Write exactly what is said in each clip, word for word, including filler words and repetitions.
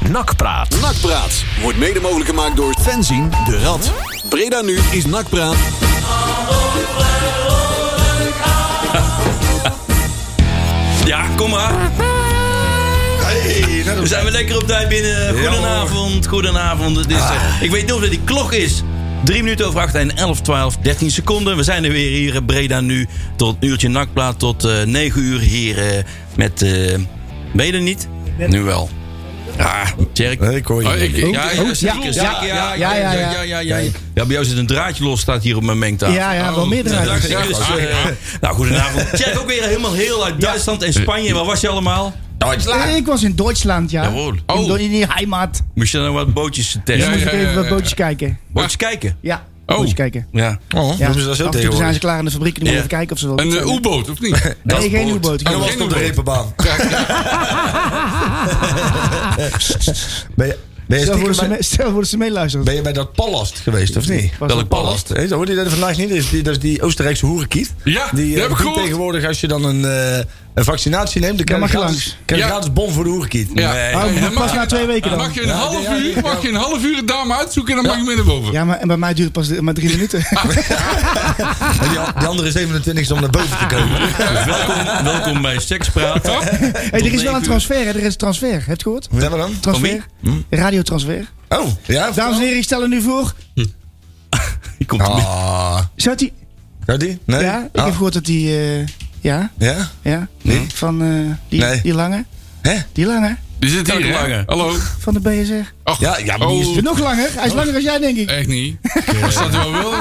Nakpraat. Nakpraat wordt mede mogelijk gemaakt door Fenzin de Rad. Breda nu is Nakpraat. Ja, kom maar. Hey, we zijn weer lekker op tijd binnen. Goedenavond, goedenavond. Het is, ah. uh, ik weet niet of het die klok is. Drie minuten over acht en elf, twaalf, dertien seconden. We zijn er weer hier in Breda nu. Tot een uurtje Nakpraat, tot uh, negen uur hier uh, met... Uh, ben je er niet? Net. Nu wel. Ja, Tjerk. Nee, ik hoor je. Oh, ik, oh, ja, ja, zeker, ja, zeker. ja, Ja, ja, ja. ja, ja, ja, ja, ja. ja bij jou zit een draadje los, staat hier op mijn mengtafel. Ja, ja, wel meer draadjes. Dus, uh, nou, goedenavond. Tjerk, ook weer helemaal heel uit Duitsland en Spanje. Waar was je allemaal? Duitsland. Ik was in Duitsland, ja. Jawohl. Oh. In die heimat. Moest je dan wat bootjes testen? Ja, moest ik even wat bootjes kijken. Bootjes kijken? Ja. Oh. Bootjes kijken. Ja. Oh, ja. Dat is dat zo tegenwoordig. Zijn ze klaar in de fabriek en die moeten even kijken of ze wel. Een uh, U-boot, of niet? Nee, geen U-boot. En dan was het op de repenbaan. Ben je... Ben je stel, voor bij, me, stel voor dat ze meeluisteren. Ben je bij dat Pallast geweest, of niet? Welk Pallast? Hey, hoor je dat vandaag niet? Dat is die, dat is die Oostenrijkse hoerenkiet. Ja, die, die heb ik gehoord. Tegenwoordig, als je dan een, uh, een vaccinatie neemt, dan krijg je gratis, krijg je ja. gratis bon voor de hoerenkiet. Ja. Nee. Oh, maar pas na twee weken dan. Mag je een half ja, uur, mag je een half uur een dame uitzoeken en dan ja. mag je mee naar boven. Ja, maar en bij mij duurt het pas maar drie minuten. die, die andere zevenentwintig om naar boven te komen. Dus welkom, welkom bij Sekspraat. Hey, er is wel een transfer, hè? Er is een transfer. Heb je het gehoord? Wat hebben we dan? Transfer. Hm? Radiotransfer. Oh, ja. Dames en heren, ik stel er nu voor. Hm. Die komt ah. Zou die? Zou die? Nee. Ja, ik ah. heb gehoord dat die. Uh, ja. Ja? Ja. Nee. Van uh, die, nee. die lange. Hè? Die lange. Die zit hier, hè? Hallo. Van de B S R. Och, ja, ja, maar die is oh. nog langer. Hij is oh. langer dan jij, denk ik. Echt niet. Als dat wel wil.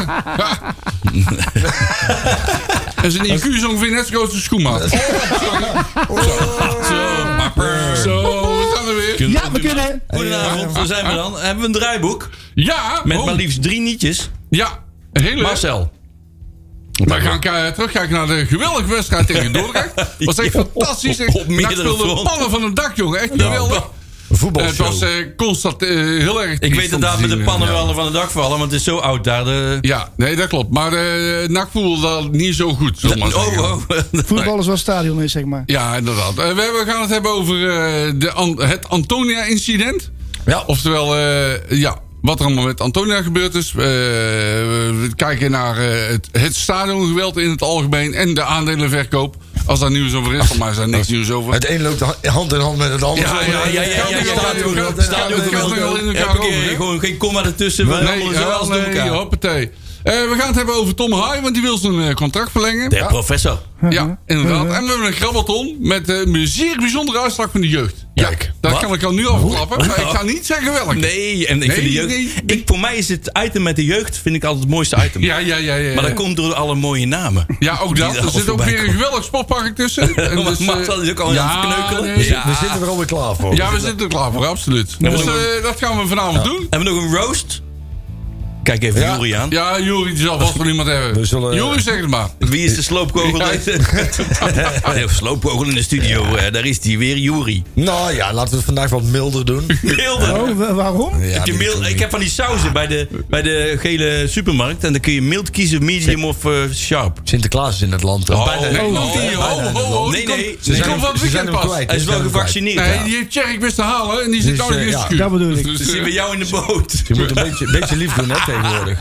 En zijn I Q is ongeveer net zo groot als schoenmaat. Oh. Oh. Zo, mapper. Zo, we gaan er weer. Ja, we kunnen. Goedenavond, waar zijn we dan? Hebben we een draaiboek? Ja. Met oh. maar liefst drie nietjes. Ja. Hele. Marcel. We gaan k- terugkijken naar de geweldige wedstrijd tegen Dordrecht. Dat was echt fantastisch. Op, op meerdere speelde fronten. pannen van het dak, jongen. Echt geweldig. Ja. Voetbal. Het was uh, constant uh, heel erg. Ik weet inderdaad met de pannen wel ja. van het dak vallen, want het is zo oud daar. De... Ja, nee, dat klopt. Maar uh, N A C voelde dat niet zo goed. Zullen maar oh, oh. Voetbal is wel stadion is, zeg maar. Ja, inderdaad. Uh, we, we gaan het hebben over uh, de, an, het Antonia-incident. Ja. Oftewel, uh, ja. Wat er allemaal met Antonia gebeurd is. Uh, we kijken naar uh, het, het stadiongeweld in het algemeen. En de aandelenverkoop. Als daar nieuws over is. Voor mij is daar niks nieuws over. Het een loopt hand in hand met het ander. Ja, ja, ja. ja, ja, ja, ja Stadiongeweld. Gewoon geen komma ertussen. Nee, nee, nee, hoppatee. Uh, we gaan het hebben over Tom Haaien, want die wil zijn uh, contract verlengen. De ja. professor. Ja, inderdaad. En we hebben een grabbelton met uh, een zeer bijzondere uitslag van de jeugd. Kijk, ja, dat wat? kan ik al nu afklappen. Maar ik ga niet zeggen welke. Nee, en ik nee, vind de jeugd... Nee, ik, voor mij is het item met de jeugd vind ik altijd het mooiste item. Ja, ja, ja. ja, ja. Maar dat komt door alle mooie namen. Ja, ook dat. Er zit ook weer een geweldig sportpark tussen. En dus, uh, dat is ook al ja, aan het kneukelen. Nee, ja. We zitten er alweer klaar voor. Ja, we zitten er klaar voor, absoluut. Ja, dus uh, dat gaan we vanavond ja. doen. Hebben we nog een roast? Kijk even ja. Juri aan. Ja, Juri zal vast wel iemand hebben. Zullen, Juri, zeg het maar. Wie is de sloopkogel? Ja. De sloopkogel in de studio. Ja. Daar is die weer, Juri. Nou ja, laten we het vandaag wat milder doen. Milder? Oh, waarom? Ja, heb je mild, ik heb van die sauzen bij de, bij de gele supermarkt. En dan kun je mild kiezen, medium of uh, sharp. Sinterklaas is in het land. Oh, bijna, nee, oh, oh, oh, oh, nee, nee. Ze zijn hem kwijt. Hij is wel gevaccineerd. Nee, die heeft Tjerk wist te halen. En die zit nou in de schuur. Dat bedoel ik. Dus die bij jou in de boot. Je moet een beetje, beetje lief doen, hè, tegenwoordig.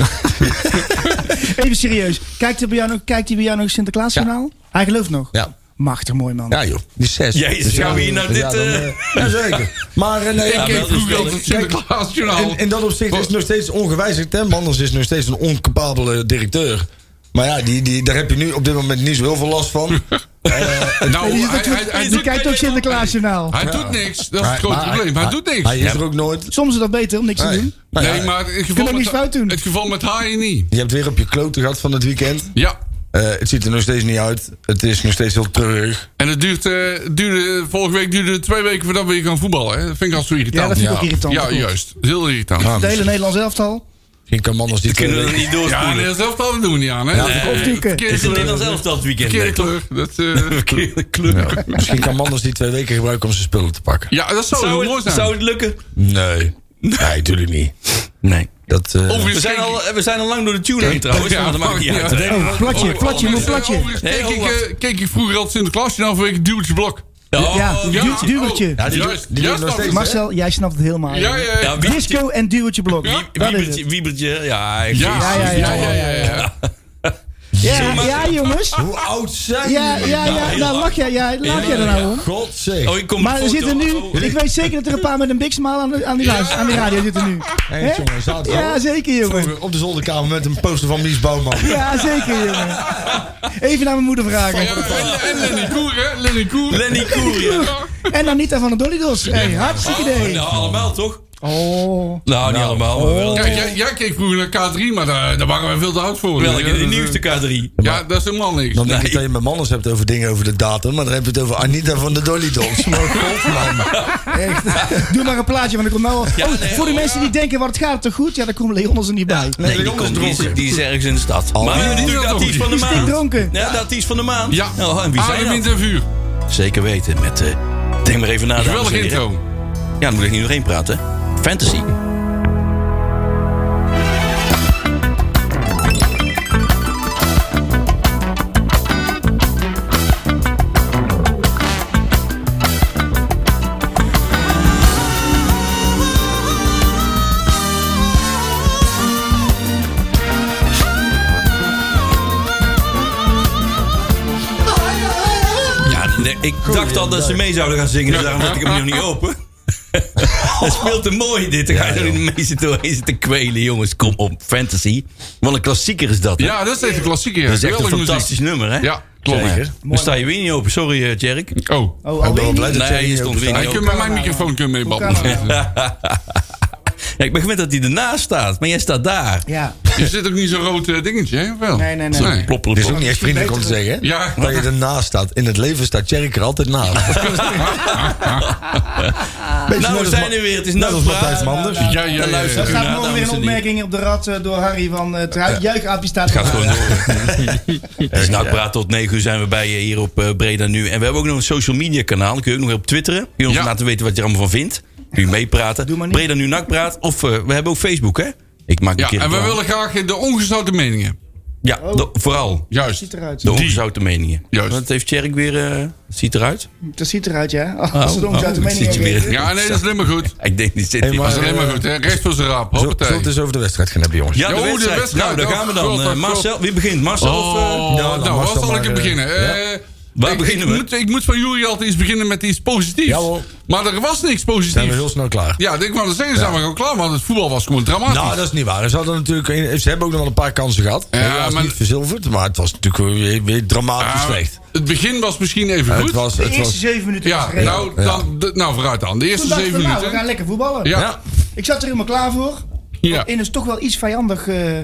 Even serieus. Kijkt hij bij jou nog, kijkt hij bij jou nog Sinterklaasjournaal? Ja. Hij gelooft nog? Ja. Machtig mooi, man. Ja, joh. Die zes. Jezus, dus gaan we hier nou dit... Ja, dan, uh, ja zeker. Maar uh, nee, ja, kijk, Google het Sinterklaasjournaal. In, in dat opzicht is het nog steeds ongewijzigd. Hè? Manders is nog steeds een oncapabele directeur. Maar ja, die, die, daar heb je nu op dit moment niet zo heel veel last van. uh, nou, die, hij, hij, hij doet, kijkt ook Sinterklaasjournaal. Hij doet niks. Dat is het grote probleem. Hij, hij doet niks. Hij is er ook nooit. Soms is dat beter om niks nee. te doen. Nou, nee, ja, maar het geval, met, niks fout doen. het geval met Haaien niet. Je hebt weer op je kloten gehad van het weekend. Ja. Uh, het ziet er nog steeds niet uit. Het is nog steeds heel treurig. En het duurt, uh, duurde, vorige week duurde het twee weken voordat we hier gaan voetballen. Hè? Dat vind ik al zo irritant. Ja, dat vind ik ja. ook irritant. Ja, juist. Heel irritant. Ja, de hele Nederlandse elftal. Geen kan man als die kunnen we niet doorspoelen. Ja, nee, zelf dat doen we niet aan. Hè? Ja, nee, het is een Nederlands elftal het weekend. Verkeerde kleur. Dat, uh, verkeerde kleur. Ja. Misschien kan Manders die twee weken gebruiken om zijn spullen te pakken. Ja, dat zou, zou het, mooi zijn. Zou het lukken? Nee. Nee, natuurlijk niet. Nee. Dat, uh, we, zijn al, we zijn al lang door de tune heen trouwens. Ja, dat maakt niet uit. Oh, platje, platje, moet platje. Keek ik vroeger altijd Sinterklaasjournaal vanwege het duwtje blok. Oh, Ja, Ja. du- duwtje. Ja, die, Juist, die ja, doen nog snap steeds. ik. Marcel, jij snapt het helemaal. Ja, ja, ja. Ja, wie- Disco en duwtje blok. Ja. Dat is Wiebertje, het. Wiebertje, ja. ik- Ja, Ja, ja, ja, ja, ja. Ja, ja, jongens. Hoe oud zijn Ja, jullie? ja, ja. Nou, lach jij, ja, lach jij er nou om? God zeg. Oh, ik kom Maar de er foto- zitten nu, oh, ik weet zeker dat er een paar met een big smile aan, de, aan, die, luister, aan die radio zitten nu. Hey, Hè? jongen, zaterdag. Ja, zeker, jongen. Vroeger op de zolderkamer met een poster van Mies Bouwman. Ja, zeker, jongen. Even naar mijn moeder vragen. Ja, en, en Lenny Koer, hè? Lenny Koer. Lenny Koer, ja. En Anita van de Dolly Dos. Hey, hartstikke idee. Nou, allemaal toch? Oh. Nou, niet allemaal, maar wel. Kijk, jij, jij keek vroeger naar K drie, maar daar, daar waren wij veel te oud voor. Welke, Ja, de dat- nieuwste K drie. Ja, dat is helemaal niks. Dan denk ik Nee. dat je met mannen hebt over dingen over de datum. Maar dan heb je het over Anita van de Dolly Dons. Maar god, man. Echt. Doe maar een plaatje, want ik kom nou... Ja, oh, nee, voor die oh, mensen die denken, wat het gaat toch goed? Ja, dan komt Leon er niet bij. Nee, die, Leon is komt, die, is, dronken. die is ergens in de stad. Maar we hebben die natuurlijk de is artiest van de Die is maand. dronken. Ja, de artiest van de maand. Ja, Oh, en wie Adem, zijn wind dat? en vuur. Zeker weten. Met, eh denk maar even na, dames en Geweldig heren. intro. Ja, dan moet ik niet nog één praten. Fantasy. Ja, nee, ik dacht al dat ze mee zouden gaan zingen, dus daarom zet ik hem nog niet open. Het speelt te mooi dit. Dan ga je er niet mee zitten doorheen zitten kwelen, jongens. Kom op, Fantasy. Wat een klassieker is dat, hè? Ja, dat is echt een klassieker. Dat is echt een Geweldige fantastisch muziek. nummer, hè? Ja, klopt. Zeker. Dan sta je weer niet open. Sorry, eh, Tjerk. Oh. Oh, Ik ben wel alweer blij niet? dat Nee, jij je hier stond ook weer Ja, niet ik open. kun met mijn microfoon kun je mee Hoe kan babbelen. Ja, ik ben gewend dat hij ernaast staat, maar jij staat daar. Ja. Je zit ook niet zo'n rood eh, dingetje, hè? Of wel? Nee, nee, nee. Nee. Ploppelen, Het is ook plop. niet echt vriendelijk om te zeggen, hè? Ja. Dat je ernaast staat. In het leven staat Tjerk er altijd naast. Beetje Nou, net we als zijn Ma- er weer. Het is Net als nachtpraat. Matthijs Manders. Ja, ja, ja. Dan luisteren Er we staat naar, morgen weer een dames en heren. opmerking op de rad eh, door Harry van het uh, juichaapje staat. Het gaat gewoon door. Het is nachtpraat tot negen uur zijn we bij je hier op uh, Breda Nu. En we hebben ook nog een social media kanaal. Dan kun je ook nog op twitteren. Kun je ons Ja. laten weten wat je er allemaal van vindt. Kun je meepraten. Doe maar niet. Breda Nu Nachtpraat. Of uh, we hebben ook Facebook, hè? Ik maak een Ja, keer en een we plan. willen graag de ongezouten meningen. Ja, de- vooral. Juist. Ziet eruit. De ongezouten meningen. Juist. Wat heeft Tjerk weer... uh, ziet eruit? Dat ziet eruit, ja. Als het ongezouten oh, mening ziet er weer- heeft. Ja, nee, dat is alleen maar goed. Ik denk, die zit Hey, hier. Dat is maar- alleen maar goed, hè? Recht voor zijn raap. Zo, Hoppatee. zo het is over de wedstrijd gaan hebben, jongens. Ja, de Ja, oh, de wedstrijd. wedstrijd. Nou, daar gaan we dan. Oh, Uh, God, God. Marcel, wie begint? Marcel of... uh, Oh, Ja, nou, nou, waar Marcel zal ik maar, er beginnen? ja. Eh, Waar ik, beginnen ik, we? Moet, ik moet van jullie altijd iets beginnen met iets positiefs. Jawel. Maar er was niks Zijn we positiefs. heel snel klaar. Ja, ik wou dat zeggen, zijn we gewoon klaar, want het voetbal was gewoon dramatisch. Nou, dat is niet waar. Ze, hadden natuurlijk, ze hebben ook nog wel een paar kansen gehad. Ja, Helaas maar- niet verzilverd. Maar het was natuurlijk weer, weer dramatisch Ja, slecht. het begin was misschien even Het goed. was, De het eerste was, zeven minuten was Ja, redelijk. nou, dan, de- nou, vooruit dan. De Toen eerste dacht ik zeven van, nou, we minuten. gaan lekker voetballen. Ja. ja. Ik zat er helemaal klaar voor. Ja. In een toch wel iets vijandig... eh,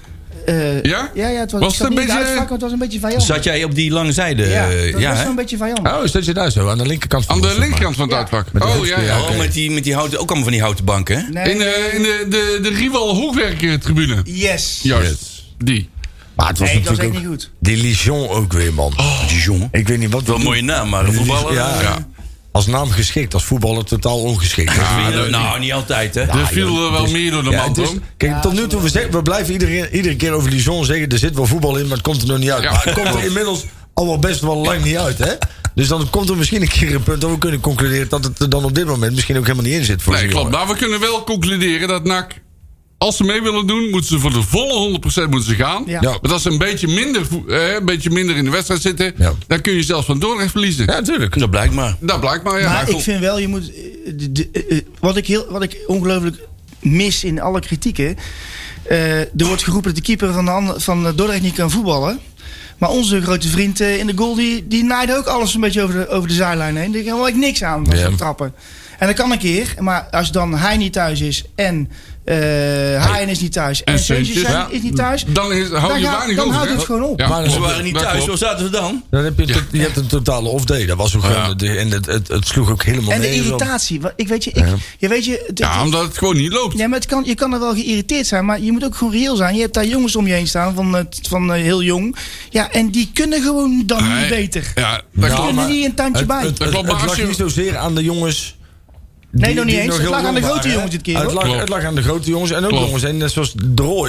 eh, Ja? Ja, ja, het was, Was ik het zat een niet in de beetje- uitvak, maar het was een beetje vijandig. Zat jij op die lange zijde? Ja, uh, dat ja was hè? wel een beetje vijandig. Oh, staat je daar zo? Aan de linkerkant van Aan de ons, zeg maar. linkerkant van het Ja. uitvak. Met de Oh, ja, hoofdkeer, ja. oké. Oh, met die, met die houten, ook allemaal van die houten banken, hè? Nee, In, de, in de, de, de rival hoogwerktribune. Yes. Juist. Die. Maar het was Nee, dat was natuurlijk echt ook... niet goed. Die Lijon ook weer, man. Dijon. Ik weet niet wat... Wel een mooie naam, maar een voetballer... Ja, uh, ja. Als naam geschikt, als voetballer totaal ongeschikt. vind je- nou, niet altijd, hè? Er viel er wel meer door de Ja, man, het is- toch? kijk, tot nu toe, we, zeggen, we blijven iedere, iedere keer over Lijon zeggen... er zit wel voetbal in, maar het komt er nog niet uit. Ja. Maar het komt er inmiddels al wel best wel lang niet uit, hè? Dus dan komt er misschien een keer een punt... dat we kunnen concluderen dat het er dan op dit moment... misschien ook helemaal niet in zit voor Nee, zo'n klopt. jongen. Maar we kunnen wel concluderen dat N A C... Als ze mee willen doen, moeten ze voor de volle honderd procent moeten ze gaan. Ja. Ja. Maar als ze een beetje, minder, vo- eh, een beetje minder in de wedstrijd zitten... Ja. dan kun je zelfs van Dordrecht verliezen. Ja, natuurlijk. Dat blijkt maar. Dat blijkt maar, ja. Maar ik vind wel, je moet. eh, de- de- eh, wat, ik heel, wat ik ongelooflijk mis in alle kritieken. eh, er wordt geroepen dat de keeper van, de ander- van Dordrecht niet kan voetballen. Maar onze grote vriend eh, in de goal, die, die naaide ook alles een beetje over de, over de zijlijn heen. Daar kan wel niks aan van Ja. zo'n trappen. En dat kan een keer. Maar als dan hij niet thuis is en uh, Haaien is niet thuis en, En Seuntjes Seuntjes, zijn- ja. is niet thuis. Dan, is, hou Dan je gaat- weinig dan over. houdt hè? het gewoon op. Ja, Maar Ze dat waren niet dat thuis, klopt. waar zaten ze dan? Dan heb je, je hebt een totale off-day. Dat was ook gewoon... de- en het, het, het sloeg ook helemaal En de nergens op. irritatie. Wa- Ik weet je, ik, Ja. je weet je, het- Ja, omdat het gewoon niet loopt. Ja, maar het kan, je kan er wel geïrriteerd zijn, maar je moet ook gewoon reëel zijn. Je hebt daar jongens om je heen staan, van, eh, van eh, heel jong. Ja, en die kunnen gewoon dan Nee. niet beter. Ja, dat Die klopt. kunnen niet een tandje Het, bij. het, het, Dat klopt, het maar als lag je- niet zozeer aan de jongens... Nee, die- nog niet die eens. Het heel lag aan de jong grote waren, jongens dit keer, Het hoor. lag, Klopt. het lag aan de grote jongens. En ook Klopt. jongens, en net zoals Drooi...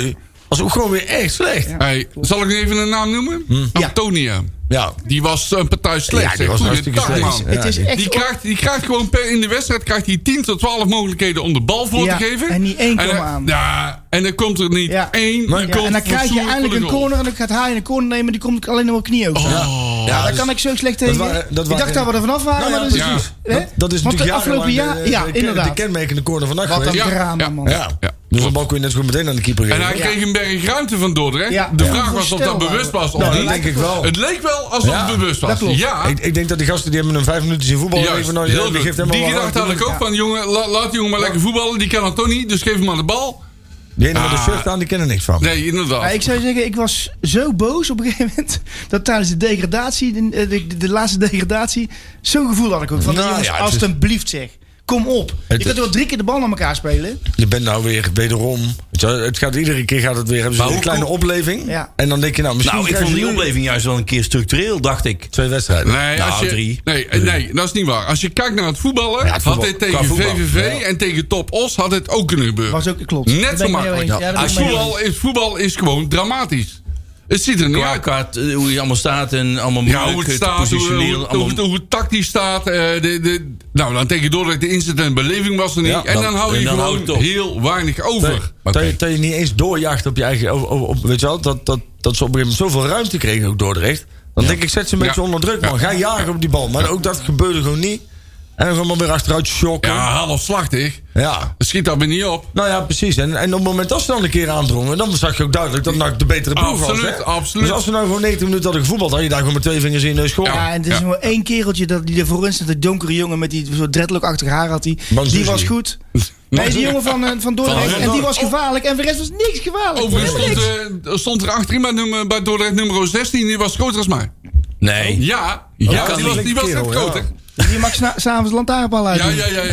was ook gewoon weer echt slecht. Ja. Hey, zal ik even een naam noemen? Hm. Antonia. Ja. Die was een partij slecht. Ja, die was hartstikke Goeiedag, slecht. man. Het is echt Die krijgt, die krijgt gewoon per in de wedstrijd krijgt hij tien tot twaalf mogelijkheden om de bal voor Ja, te geven. en niet één En komen dan- aan. Ja, en dan komt er niet Ja. één. die Ja, komt en dan krijg je fatsoenlijk eindelijk voor een de goal. corner en dan gaat hij een corner nemen. Die komt alleen nog maar knieën open. Oh. Ja, Ja, daar dus- kan ik zo slecht tegen. waren- dat ik waren- dacht dat we er vanaf waren. Nou ja, maar dat is, ja. precies, hè? Dat, dat is Want natuurlijk de afgelopen jaar... jarenlang Ja, de, de, inderdaad. de kenmerkende corner van nacht Wat een geweest. drama, ja, man. Ja. Ja. Dus een bal kun je net zo goed meteen aan de keeper En geven. hij Ja. kreeg een berg ruimte van Dordrecht. Ja. De Ja. vraag was of dat Onvoorstelbaar. bewust was of Nou, dat niet. denk ik wel. Het leek wel alsof Ja, het bewust was. dat klopt. Ja, Ik, ik denk dat die gasten die hebben hem vijf minuten zien voetballen. juist, Even, nou, heel die goed. geeft hem Die wel wat gedachte had te ik doen. ook van, jongen, la- laat die jongen maar lekker voetballen. Die kan het toch niet, dus geef hem maar de bal. Die ene met de Ah. shirt aan, die kennen niks van. Nee, inderdaad. Ja, ik zou zeggen, ik was zo boos op een gegeven moment... dat tijdens de degradatie, de, de, de, de laatste degradatie... zo'n gevoel had ik ook. Van, Nou, jongens, ja, het is- alstublieft zeg. Kom op. Het Je kunt is- wel drie keer de bal naar elkaar spelen. Je bent nou weer wederom. Weet je wel, het gaat iedere keer gaat het weer. Hebben ze Maar een hoe- kleine hoe- opleving. Ja. En dan denk je nou, misschien. Nou, ik krijgen vond die ze nu opleving juist wel een keer structureel, dacht ik. Twee wedstrijden. Nee, Nou, als je, drie. Nee, eh, nee, dat is niet waar. Als je kijkt naar het voetballen, Ja, het voetbal- had dit qua tegen voetbal, V V V ja. en tegen Top Os had dit ook kunnen gebeuren. Was ook, klopt. Net Daar ben zo ik mee makkelijk. eens. Ja, daar ben Als ik mee eens. voetbal, is, voetbal is gewoon dramatisch. Het ziet er niet Qua, uit. qua eh, hoe je allemaal staat en allemaal Ja, moeilijk hoe het te staat, hoe, positioneren. hoe, hoe, allemaal- het- hoe het tactisch staat. eh, de, de, nou, dan tegen Dordrecht de instant en beleving was er niet. Ja, en dan- dan hou je en dan houdt gewoon het op. heel weinig over. Dat, Oké. dat je, dat je niet eens doorjaagt op je eigen. Op, op, op- weet je wel, dat, dat, dat ze op een gegeven moment zoveel ruimte kregen, ook Dordrecht. Dan denk ik, zet ze een beetje Ja. onder druk, man. Ga jagen op die bal. Maar ook dat gebeurde gewoon niet. En dan gewoon maar weer achteruit shocken. Ja, halfslachtig. Ja. Dat schiet daar weer niet op. Nou ja, precies. En, en op het moment dat ze dan een keer aandrongen, dan zag je ook duidelijk dat NAC de betere ploeg was. Absoluut, hè? absoluut. Dus als we nou gewoon negentig minuten hadden gevoetbald, had je daar gewoon met twee vingers in je neus gehoord. Ja, en het is Ja. gewoon één kereltje dat, die er voorin staat. De donkere jongen met die soort dreadlock-achtig haar had. Die, Manzuzi. die was goed. Nee, die jongen van, eh, van Dordrecht. Van- En die was gevaarlijk. En voor de rest was niks gevaarlijk. Overigens Helemaal stond, niks. eh, er stond er achterin bij, nummer, bij Dordrecht nummer zestien. Die was groter als mij. Nee. Ja, ja kan die was, niet. die was net Kerel, groter. Die mag sna- s'avonds lantaarnpaal uit. Ja, ja, ja, ja,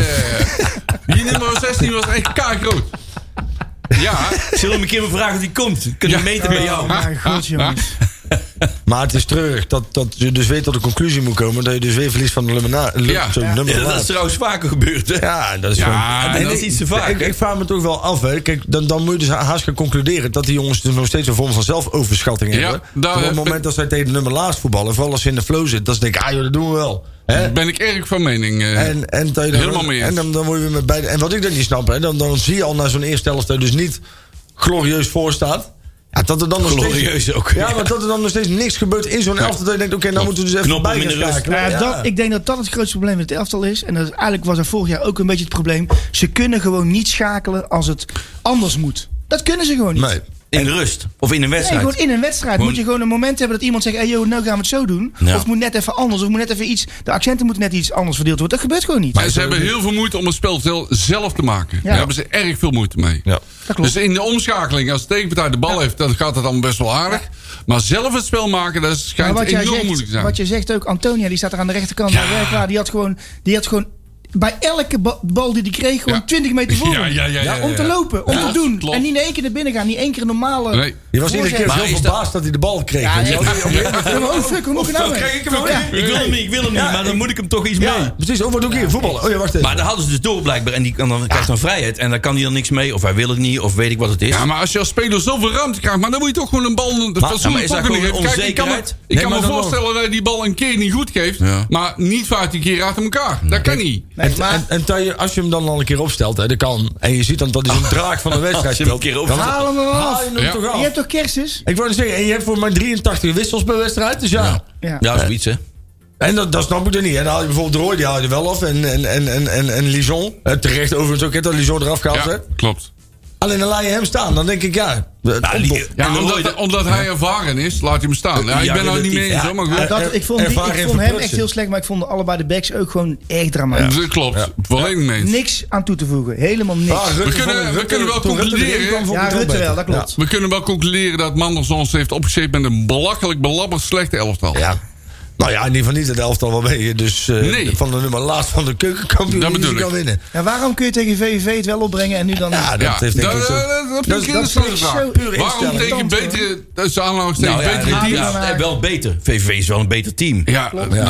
ja. Die nummer zestien was echt kaakgroot. Ja. Zullen we hem een keer maar vragen of hij komt? Kunnen we Ja. meten bij jou? Oh mijn god, jongens. Maar het is treurig dat, dat je dus weet tot de conclusie moet komen dat je dus weer verliest van de nummer na. Ja. Zo'n Ja. nummer Ja, dat laat. is trouwens vaker gebeurd, hè? Ja, dat is Ja, gewoon... en dat is iets te vaak, Ik, hè? ik vraag me toch wel af, hè. Kijk, dan, dan moet je dus haast gaan concluderen dat die jongens dus nog steeds een vorm van zelfoverschatting Ja, hebben. daar Op het heb moment ik- dat zij tegen de nummer laatst voetballen, vooral als ze in de flow zitten, dat ze denken, ah joh, dat doen we wel. Hè? Ben ik erg van mening. eh. En, en, dat je dan- Helemaal mee eens. en dan, dan word je weer met beide. En wat ik dan niet snap, hè, dan, dan zie je al na zo'n eerste helft dat je dus niet glorieus voor staat. Ja, dat er dan nog Glorieus steeds, ook. Ja, maar dat er dan nog steeds niks gebeurt in zo'n elftal. Dat je denkt, oké, nou moeten we dus even Knop bij hem in gaan de rust. schakelen. Nou ja, Ja. dat, ik denk dat dat het grootste probleem met het elftal is. En dat is, eigenlijk was er vorig jaar ook een beetje het probleem. Ze kunnen gewoon niet schakelen als het anders moet. Dat kunnen ze gewoon niet. Nee. In de rust. Of in een Nee, wedstrijd. gewoon in een wedstrijd Gewoon- moet je gewoon een moment hebben dat iemand zegt: hey, joh, nou gaan we het zo doen. Ja. Of het moet net even anders. Of het moet net even iets. De accenten moeten net iets anders verdeeld worden. Dat gebeurt gewoon niet. Maar ze hebben heel veel moeite om het spel zel- zelf te maken. Daar hebben ze erg veel moeite mee. Ja. Dat klopt. Dus in de omschakeling, als de tegenpartij de bal heeft, dan gaat het dan best wel aardig. Maar zelf het spel maken, dat Maar schijnt wat jij, enorm moeilijk te zegt, zijn. wat je zegt ook, Antonia, die staat er aan de rechterkant Ja. bij Werkwaar. Die had gewoon, die had gewoon bij elke ba- bal die hij kreeg, gewoon Ja. twintig meter voor Ja, hem. ja, ja, ja, Om te ja. lopen, om Ja, te doen. klopt. En niet in één keer naar binnen gaan, niet één keer een normale. Nee. Je was iedere keer Maar zo is dat- verbaasd dat hij de bal kreeg. Ja, weet je nee, wel. ja, maar oh fuck, hoe moet ik nou mee? Krijg ik hem ook Ja. niet? Ik wil hem niet, ik wil hem niet, Ja, maar dan ik- moet ik hem toch iets mee. Ja, precies. Oh, wat doe ik hier? Voetballen. Oh ja, wacht even. Maar daar hadden ze dus door blijkbaar. En die kan dan, krijgt dan vrijheid. En dan kan hij dan niks mee. Of hij wil het niet. Of weet ik wat het is. Ja, maar als je als speler zoveel ruimte krijgt, maar dan moet je toch gewoon een bal een maar fatsoenlijk is dat voor kunnen gewoon geven. Kijk, ik kan me, onzekerheid? ik Nee, kan me maar dan voorstellen dat je die bal een keer niet goed geeft, Ja. maar niet vijftien keer uit elkaar. Dat kan niet. Nee, En, maar en, en dat je, als je hem dan al een keer opstelt, hè, dat kan. En je ziet dan dat hij zo'n draak van de wedstrijd Als je hem een speelt. keer dan opstelt. haal hem er haal af. je hem Ja. toch af. Je hebt toch kerstjes? Ik wou net zeggen, en je hebt voor mij drieëntachtig wissels per wedstrijd. Dus ja. Ja. Ja, zoiets hè. En dat, dat snap ik er niet. En dan haal je bijvoorbeeld de Roy, die haal je er wel af. En, en, en, en, en, en Lijon. Eh, terecht overigens ook, hè, dat Lijon eraf gehaald Ja, werd. klopt. Alleen dan laat je hem staan. Dan denk ik, ja. Het Ja, ontploft. die- Ja, En omdat, Roy- omdat hij ervaren is, laat je hem staan. Ja, ik Ja, ben nou niet relatief. mee eens, hoor, maar goed. Ja. Dat, ik vond, die, Ervaring ik en vond hem echt verprutsen. heel slecht, maar ik vond allebei de backs ook gewoon echt dramatisch. Dat klopt, volledig mee eens. Niks aan toe te voegen. Helemaal niks. Ah, Rutte We kunnen- vond ik- we Rutte- kunnen wel toen Rutte concluderen. erin kwam, vond ik Ja, het Rutte beter. wel, dat klopt. We kunnen wel concluderen dat Mandersons heeft opgezet met een belachelijk, belabberd slechte elftal. Ja. Ja. Nou ja, in ieder geval niet het elftal waarmee je dus eh, Nee. van de nummer laatst van de keukenkampioen Dat bedoel kan ik. winnen. Ja, waarom kun je tegen V V V het wel opbrengen en nu dan... Ja, dat Ja, heeft denk dat, ik zo. dat, dat vind dat- ik een dat interessante is vraag. zo pure Waarom instelling. tegen betere, tussen aanhalingstekens, Nou ja, betere ja, teams? ja, wel beter. V V V is wel een beter team. Ja, Ja. dat-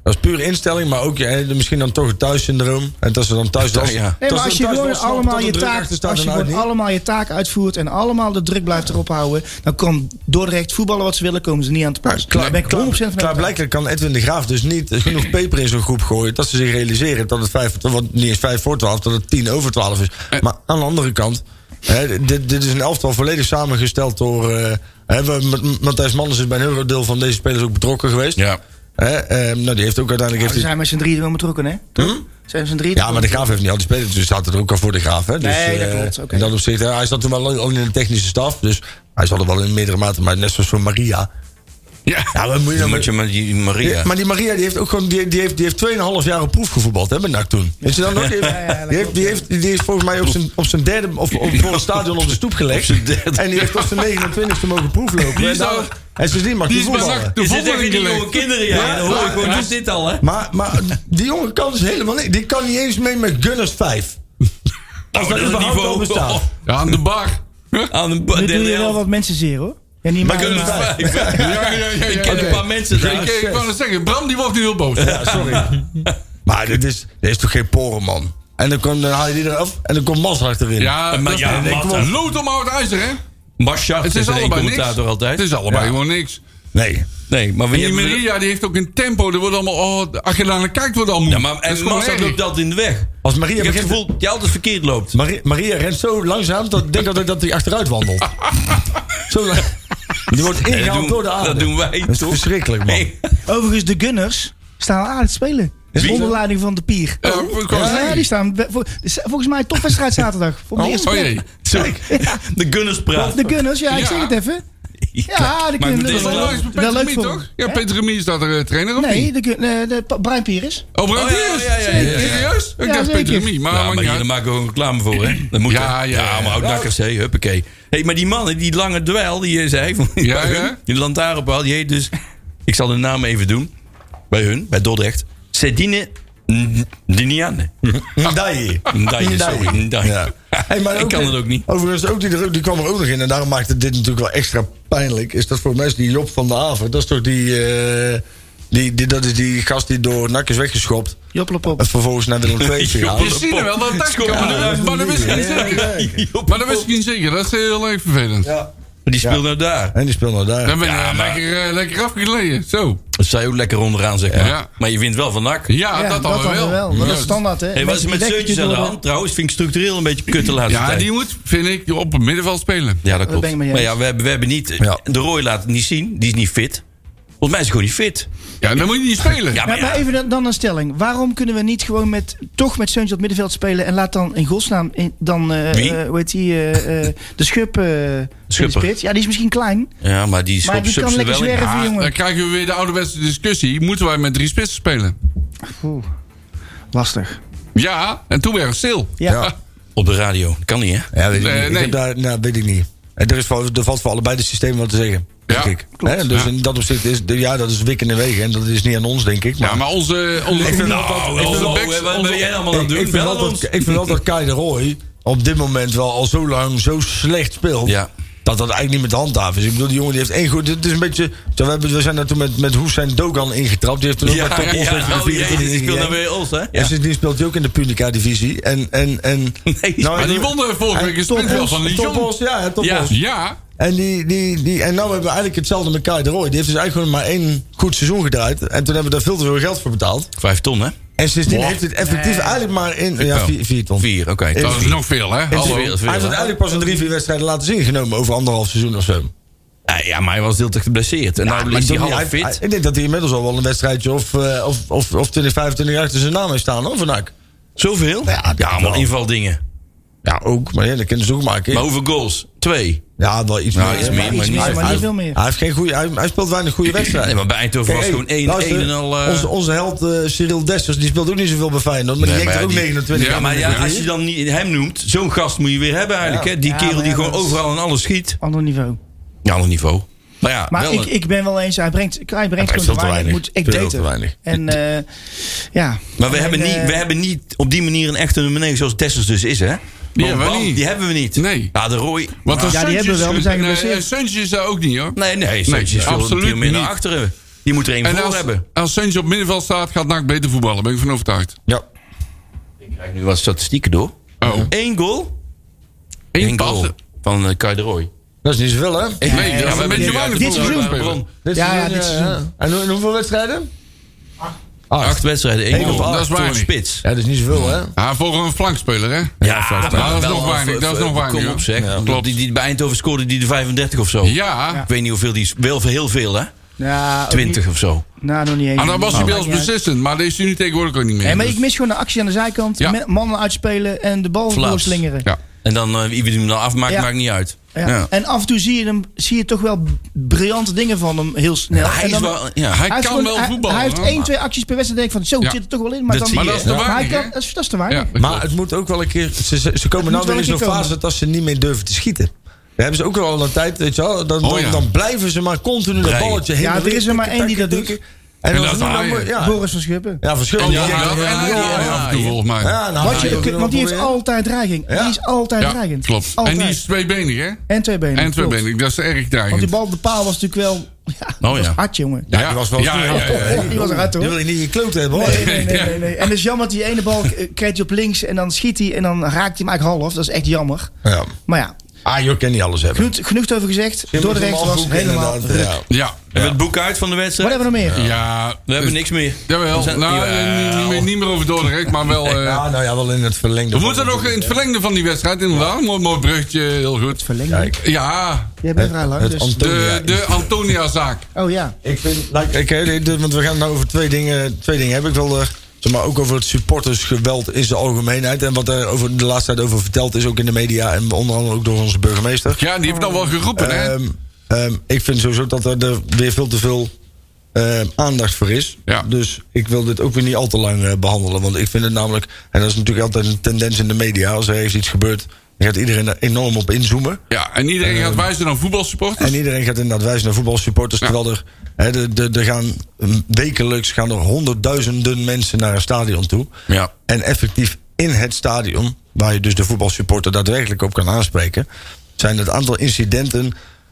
Dat is puur instelling, maar ook ja, misschien dan toch het thuissyndroom. En dat ze dan thuis... Ja, als- ja. Nee, dat maar ze als je thuis gewoon wel snappen allemaal dat er je, druk taak, achter staat als je en gewoon uit niet. allemaal je taak uitvoert en allemaal de druk blijft erop houden, dan kan Dordrecht voetballen wat ze willen, komen ze niet aan te pas. Klaar, Daar ben ik honderd procent van klaarblijkelijk kan Edwin de Graaf dus niet genoeg peper in zo'n groep gooien dat ze zich realiseren dat het vijf, wat niet eens vijf voor twaalf, dat het tien over twaalf is. Maar aan de andere kant, hè, dit, dit is een elftal volledig samengesteld door... Uh, hè, we- M- Matthijs Manders is bij een heel groot deel van deze spelers ook betrokken geweest. Ja. Hè, eh, nou, die heeft ook uiteindelijk... Ze heeft hij- zijn met z'n drieën gewoon betrokken, hè? Toch? Hm? Zijn we z'n drieën? Ja, maar de Graaf heeft niet al die spelers, dus staat er ook al voor de Graaf. Hè? Dus, Nee, dat eh, klopt, oké. In dat opzicht, hè, hij zat toen wel al in de technische staf, dus hij zat er wel in meerdere mate, maar net zoals voor Maria. Ja. Ja, wat moet je Dan nou moet je met... met die Maria. Ja, maar die Maria die heeft ook gewoon die, die heeft, die heeft tweeënhalf jaar op proef gevoetbald, hè, bij N A C toen. Weet je dan nog? Die, heeft, Ja, ja, dat die, heeft, klopt, die, ja. heeft, die is volgens mij op zijn, op zijn derde of op, voor het stadion op de stoep gelegd. Op zijn derde. En die heeft tot zijn negenentwintigste mogen proeflopen. Die En, is daar- al- en sindsdien mag die die is bij voetballen. N A C de Je zit echt volgende in die jonge gelegd. kinderen, ja. Ja, Dan hoor ik gewoon, ja. wat is dit al, hè? Maar, maar die jongen kan dus helemaal niet. Die kan niet eens mee met Gunners vijf. Als dat dat is het überhaupt al niveau. bestaat. Ja, aan de bar. Aan de Nu ba- doe je derde wel helft. wat mensen zeer, hoor. Ja, niet Maar mij, kunnen maar- vijf. Ja, ja, ja, ja, Ik ja. ken Oké. een paar mensen Ik, daar. ik, ik wou het zeggen, Bram die wordt nu heel boos. Ja, sorry. Maar dit is, dit is toch geen poren, man. En dan, komt, dan haal je die eraf en dan komt Mazhart erin. Ja, Maar dat is ja, nee, Matt, kom op. Lood om oud ijzer, hè? Maschart Het is is een allebei niks. commentator altijd. Het is allebei Ja. gewoon niks. Nee. Nee, maar En wie die hebben we- Maria die heeft ook een tempo. Er wordt allemaal, oh, als je daar naar kijkt, wordt het al moe. Ja, maar Dat is en gewoon Maschart erg. loopt altijd in de weg. Als Maria Ik heb het begint... gevoel dat hij altijd verkeerd loopt. Maria, Maria rent zo langzaam dat ik denk dat, dat hij achteruit wandelt. Zo lang. Die wordt Nee, dat, ingehaald doen, door de adem. dat doen wij Dat is toch? verschrikkelijk, man. Nee. Overigens, de Gunners staan aardig te spelen. Wie? Onder leiding van de Pier. Ja, ik wou Ja, zeggen. die staan be- voor- volgens mij topwedstrijd zaterdag. Voor de Oh, eerste oh plek. jee. Sorry. De Gunners praat. De Gunners, ja, ik Ja. zeg het even. Ja, de Maar ik Gunners. moet Dat is Ja, wel ja. langs met Wel Peter leuk Remy, voor toch? hem. Ja, Hè? Peter Remy is daar de trainer, of Nee, niet? de, Gun- eh, de, Pa- Brian Pieris. Oh, Brian Oh, ja, Pieris? ja, ja, ja, ja. Serieus? Ik Ja, dacht Peter zeker. Remy. Maar, Ja, maakt maar niet hier uit. daar maken we gewoon reclame voor, hè? Dat moet Ja, hè? ja, ja, maar ja. oud-nakkers, hé, huppakee. Hé, maar die man, die lange dweil, die je zei, van- Ja, bij ja. hun, die lantaarnpaal, die heet dus, ik zal de naam even doen, bij hun, bij Dordrecht, Sedine Diniane. Ndaye. Ndaye, sorry, Ndaye. Ja. Hey, maar Ik kan het ook niet. Overigens, ook die, er ook- die kwam er ook nog in. En daarom maakte dit natuurlijk wel extra pijnlijk. Is dat voor mensen die Job van de Haven. Dat is toch die, eh, die, die... Dat is die gast die door N A C is weggeschopt. Joppelop. En vervolgens naar Willem twee is gegaan. Je ziet hem wel, dat dacht ik Schop al. hem eruit. Maar dat wist ik niet zeker. Maar dat wist ik niet zeker. Dat is heel erg vervelend. Ja. Die speelt nou daar. En die speelt nou daar. Dan ben je Ja, eh, maar- lekker, eh, lekker afgeleden. Zo. Dat zou je ook lekker onderaan, zeg maar. Ja. Maar je wint wel van N A C. Ja, Ja, dat dan wel. wel. Maar dat is Ja. standaard, hè. Hey, wat is er Mensen met die Zeuntjes aan de worden- hand? Trouwens, vind ik structureel een beetje kut de laatste Ja, tijd. die moet, vind ik, op het middenveld spelen. Ja, dat klopt. ben ik mee Maar eens. ja, we hebben, we hebben niet... Ja. De Roy laat het niet zien. Die is niet fit. Volgens mij is hij gewoon niet fit. Ja, dan moet je niet spelen. Ja, Ja, maar maar ja. even dan- dan een stelling. Waarom kunnen we niet gewoon met, toch met Seuntje op het middenveld spelen... en laat dan in godsnaam in- dan, eh, Wie? eh, hoe heet die, eh, eh, de Schub eh, in de Schupper. spits. Ja, die is misschien klein, Ja, maar die maar schop die kan subs er lekker wel in. zwerven, Ah, jongen. dan krijgen we weer de ouderwetse discussie. Moeten wij met drie spitsen spelen? Oeh, lastig. Ja, en toen werd het stil. Ja. Ja. Op de radio. Dat kan niet, hè? Ja, weet ik Nee, niet. nee. Ik heb daar, nou, weet ik niet. En er, is voor, er valt voor allebei de systemen wat te zeggen. Denk Ja, ik. klopt. Hè, dus Ja. in dat opzicht is, ja, dat is wikken en wegen. En dat is niet aan ons, denk ik. Maar, Ja, maar onze, onze, Ik vind Nou, onze oh, backs- oh, wat onze- ben jij allemaal aan het ik, doen? ik, vind Bel wel ons. dat, ik vind wel dat Kai de Roy op dit moment wel al zo lang zo slecht speelt. Ja. Dat dat eigenlijk niet met de handhaven is. Ik bedoel, die jongen die heeft één goed... Het is een beetje... We, hebben, we zijn daar toen met, met Hussein Dogan ingetrapt. Die heeft toen ook Ja, bij Top ja, Os ja. heeft hij de Oh, vierentwintig jezus, die speelt gegaan. dan weer Os, hè? Ja. En sindsdien speelt hij ook in de Punica-divisie. En, en, en, Nee, nou, Maar die wonnen vorige week het Top sprintvel Os, van Top Lijon. Os, ja, Top Ja. Os. Ja, En, die, die, die, en nou hebben we eigenlijk hetzelfde met Kai de Roy. Die heeft dus eigenlijk gewoon maar één goed seizoen gedraaid. En toen hebben we daar veel te veel geld voor betaald. Vijf ton, hè? En sindsdien Wow. heeft hij het effectief eigenlijk maar in... Ja, wel. vier, vier ton. Vier, oké. In- dat is nog veel, hè? En Hallo. veel, dat is veel, hij heeft hè? het eigenlijk pas in drie, vier wedstrijden laten zien genomen over anderhalf seizoen of zo. Ja, ja, maar hij was heel te geblesseerd. En nou maar is hij toch niet- half hij- fit. hij- Ik denk dat hij inmiddels al wel een wedstrijdje of, eh, of, of, of twintig, vijfentwintig achter zijn naam heeft staan, hoor, van N A C. Zoveel? Ja, dat Ja, allemaal wel. invaldingen. Ja, ook. Maar ja, dat kunnen ze ook maken. Maar hoeveel goals? Twee. Ja, wel iets Nou, meer. iets hè, meer, maar maar Iets niet meer, zo maar hij, niet veel meer. hij, heeft geen goede, hij, hij speelt weinig goede wedstrijden. Nee, maar bij Eindhoven Kijk, was hey, gewoon één luister, één en al... eh, onze, onze held eh, Cyril Dessers, die speelt ook niet zoveel bij Feyenoord. Maar Nee, die maar denkt er ook die- negenentwintig. Ja, Ja, maar ja, als je dan niet hem noemt, zo'n gast moet je weer hebben eigenlijk. Ja. Hè? Die Ja, kerel maar die ja, gewoon dat is- overal en alles schiet. Ander niveau. Ja, ander niveau. Maar ja, Maar wel ik, een- ik ben wel eens, hij brengt, hij brengt Hij gewoon brengt te veel te weinig. weinig. Moet, ik Veel deed te het. weinig. En eh, ja. maar we En, hebben, niet, eh, we hebben niet op die manier een echte nummer negen zoals Dessers dus is, hè? Die hebben we Bam, niet. Die hebben we niet. Nee. Ja, de Roy... Want Ja, die hebben we wel, maar zijn nee, geblesseerd. Seuntje is daar ook niet, hoor. Nee, nee, Suntje is veel absoluut veel meer naar niet. achteren. Die moet er één En voor als, hebben. als Seuntje op middenveld staat, gaat N A C beter voetballen. Ben ik van overtuigd. Ja. Ik krijg nu wat statistieken door. Oh. Eén goal. Eén Eén pas. goal van uh, Kai de Roy. Dat is niet zoveel, hè? Nee, dat is een beetje weinig dit voor een seizoen. speler. Dit Ja, ja, seizoen, dit eh, seizoen. ja. En, hoe- en hoeveel wedstrijden? Acht wedstrijden, één Eén goal. op acht, Dat is voor voor een weinig. spits. Ja, dat is niet zoveel, hè? Ja, voor een flankspeler, hè? Ja, maar dat is nog weinig, dat is nog weinig, Kom ja. op, zeg. Ja, Want klopt. Die, die bij Eindhoven scoorde die de vijfendertig of zo. Ja. Ik weet niet hoeveel die is. Wel heel veel, hè? Ja, ook twintig niet- of zo. Nou, nog niet eens. En dan was hij Maar bij ons maakt niet uit. beslissend, maar deze is nu tegenwoordig ook niet meer. Nee, maar Dus- ik mis gewoon een actie aan de zijkant. Ja. me- Mannen uitspelen en de bal Flaps. doorslingeren. Ja. En dan uh, wie hem dan afmaakt, Ja. maakt niet uit. Ja. Ja. En af en toe zie je, hem, zie je toch wel briljante dingen van hem heel snel. Hij En is dan- wel... Ja. Hij hij is kan gewoon- wel hij- voetballen. Hij heeft hoor. één, twee acties per wedstrijd. Denk ik van, zo, Ja. het zit er toch wel in. Maar Dat dan, zie Maar je, dat is te ja. maar hij weinig, kan, hè? dat, is, dat is te weinig. Ja, dat Maar klopt. het moet ook wel een keer... Ze, ze, ze komen nou wel weer in een zo'n keer fase komen. dat ze niet meer durven te schieten. Daar hebben ze ook al een tijd, weet je wel. Dan, Oh, dan, ja. dan blijven ze maar continu dat Breien. balletje heen. Ja, en er weer is er maar tikken, één die dat tikken, doet. tikken. En, En dan dat is het is dan- Haaien. ja. Boris van Schuppen. Ja, verschillende. Ja, Ja, ja, ja, en hij ja, ja, ja. af en toe volgens mij. Ja, nou, Wat je, Haaien kunnen want die we heeft proberen. altijd dreiging. Ja. Die is altijd Ja, dreigend. klopt. Altijd. En die is tweebenig, hè? En twee benen. En klopt. tweebenig, dat is erg Want die dreigend. bal op de paal was natuurlijk wel... Ja, dat Oh, was ja. hard, jongen. Ja, die was wel Ja, ja, ja, ja. Die was eruit, hoor. Die wil je niet in je kloot hebben, hoor. Nee, nee, nee, nee, nee. En het is jammer dat die ene bal eh, krijgt hij op links en dan schiet hij en dan raakt hij hem eigenlijk half. Dat is echt jammer. Ja. Maar ja, Ah, joh, kan niet alles hebben. genoeg, genoeg over gezegd. Je moet Dordrecht hem was afboeken, helemaal inderdaad, ruk. ja. Ja. Hebben we het boek uit van de Wat wedstrijd? hebben we nog meer? Ja. We hebben dus- niks meer. Jawel. We zijn- Nou, Jawel. eh, niet, meer- niet meer over Dordrecht, maar wel... eh, Ja, nou ja, wel in het verlengde. we van moeten nog in het natuurlijk, verlengde van die wedstrijd, inderdaad. Mooi, mooi bruggetje, heel goed. Verlengen. Kijk. Ja, Jij bent vrij lang, Het dus... Antonia. de, de Antonia-zaak. Oh ja. Ik vind, like, ik, eh, de- want we gaan het nou over twee dingen, twee dingen hebben. Ik wil er, zeg maar, ook over het supportersgeweld in zijn algemeenheid. En wat er over de laatste tijd over verteld is, ook in de media. En onder andere ook door onze burgemeester. Ja, die heeft al wel geroepen, hè? Ehm, ehm, ik vind sowieso dat er, er weer veel te veel ehm, aandacht voor is. Ja. Dus ik wil dit ook weer niet al te lang eh, behandelen. Want ik vind het namelijk, en dat is natuurlijk altijd een tendens in de media. Als er eens iets gebeurt, dan gaat iedereen er enorm op inzoomen. Ja, en iedereen gaat wijzen naar voetbalsupporters. En iedereen gaat inderdaad wijzen naar voetbalsupporters. Ja. Terwijl er, hè, de, de, er gaan um, wekelijks gaan er honderdduizenden mensen naar een stadion toe. Ja. En effectief in het stadion, waar je dus de voetbalsupporter daadwerkelijk op kan aanspreken, zijn het aantal incidenten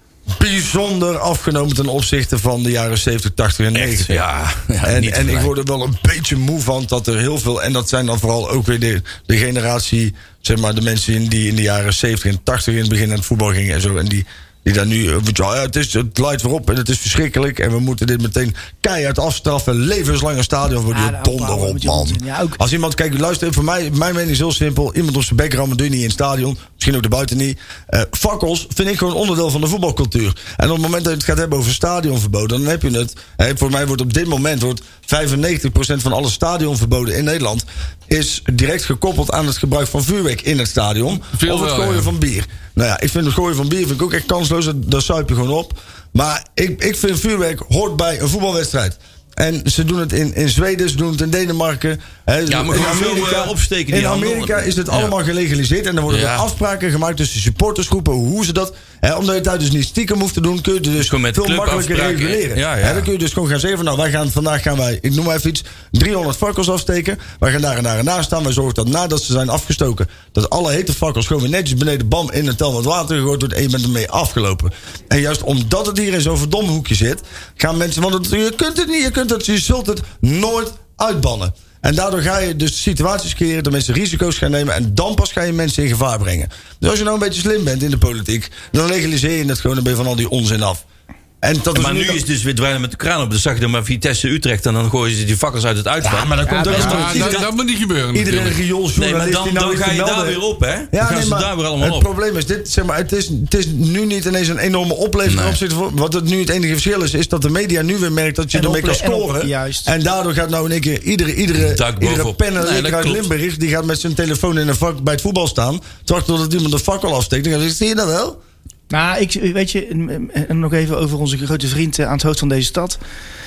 bijzonder afgenomen ten opzichte van de jaren zeventig, tachtig en Echt, negentig. ja. ja En, niet en ik gelijk. word er wel een beetje moe van dat er heel veel. En dat zijn dan vooral ook weer de, de generatie, zeg maar, de mensen in die in de jaren zeventig en tachtig in het begin aan het voetbal gingen en zo. En die, die daar nu. weet je wel, ja, het, is, het leidt weer op en het is verschrikkelijk. En we moeten dit meteen keihard afstraffen. Levenslang een stadion voor Ja, die nou, donder ophouden op, met je man. onzin. Ja, ook- Als iemand, kijk, luister, voor mij, mijn mening is heel simpel. Iemand op zijn bek rammen doe je niet in het stadion. Misschien ook erbuiten niet. Uh, fakkels vind ik gewoon onderdeel van de voetbalcultuur. En op het moment dat je het gaat hebben over stadionverboden, dan heb je het. Hè, voor mij wordt op dit moment wordt vijfennegentig procent van alle stadionverboden in Nederland is direct gekoppeld aan het gebruik van vuurwerk in het stadion. Veel of het wel, gooien ja. van bier. Nou ja, ik vind het gooien van bier vind ik ook echt kansloos. Daar suip je gewoon op. Maar ik, ik vind vuurwerk hoort bij een voetbalwedstrijd. En ze doen het in, in Zweden, ze doen het in Denemarken. Hè, Ja, maar in gewoon veel, eh, opsteken die In handel. Amerika is het Ja. allemaal gelegaliseerd. En er worden Ja. er afspraken gemaakt tussen supportersgroepen. Hoe ze dat. Hè, omdat je het daar dus niet stiekem hoeft te doen, kun je het dus Gewoon met veel makkelijker clubafspraken. reguleren. Ja, ja. Hè, dan kun je dus gewoon gaan zeggen: van, nou, wij gaan vandaag gaan wij, ik noem maar even iets, driehonderd fakkels afsteken. Wij gaan daar en daar en daar staan. Wij zorgen dat nadat ze zijn afgestoken, dat alle hete fakkels gewoon weer netjes beneden bam in een tel met water gegooid wordt. En je bent ermee afgelopen. En juist omdat het hier in zo'n verdomme hoekje zit, gaan mensen. Want het, je kunt het niet, je kunt het, je zult het nooit uitbannen. En daardoor ga je dus situaties creëren dat mensen risico's gaan nemen. En dan pas ga je mensen in gevaar brengen. Dus als je nou een beetje slim bent in de politiek, dan legaliseer je het gewoon en ben je van al die onzin af. En dat Maar is nu is het dus weer dweilen met de kraan op. Dan zag je dan maar Vitesse Utrecht en dan gooien ze die fakkels uit het uitvak. Ja, maar dan komt Ja, ook dat is nog Ja, iedere- dat, dat moet niet gebeuren Iedere natuurlijk. riooljournalist Nee, maar dan, die nou dan iets ga te je melden daar heeft. weer op, hè? Dan gaan nee, ze maar daar weer allemaal het op. probleem is, dit, zeg maar, het, is, het is nu niet ineens een enorme opleving ten Nee. opzichte van. Wat het nu het enige verschil is, is dat de media nu weer merkt dat je En ermee kan ople- en op- scoren. juist. En daardoor gaat nou in één keer iedere, iedere, Dak iedere bovenop. pennenlikker Nee, dat uit klopt. Limburg, die gaat met zijn telefoon in een vak bij het voetbal staan. Te wachten totdat iemand een fakkel afsteekt. Dan gaat hij, zie je dat wel? Nou, ik, weet je, en- en nog even over onze grote vriend eh, aan het hoofd van deze stad.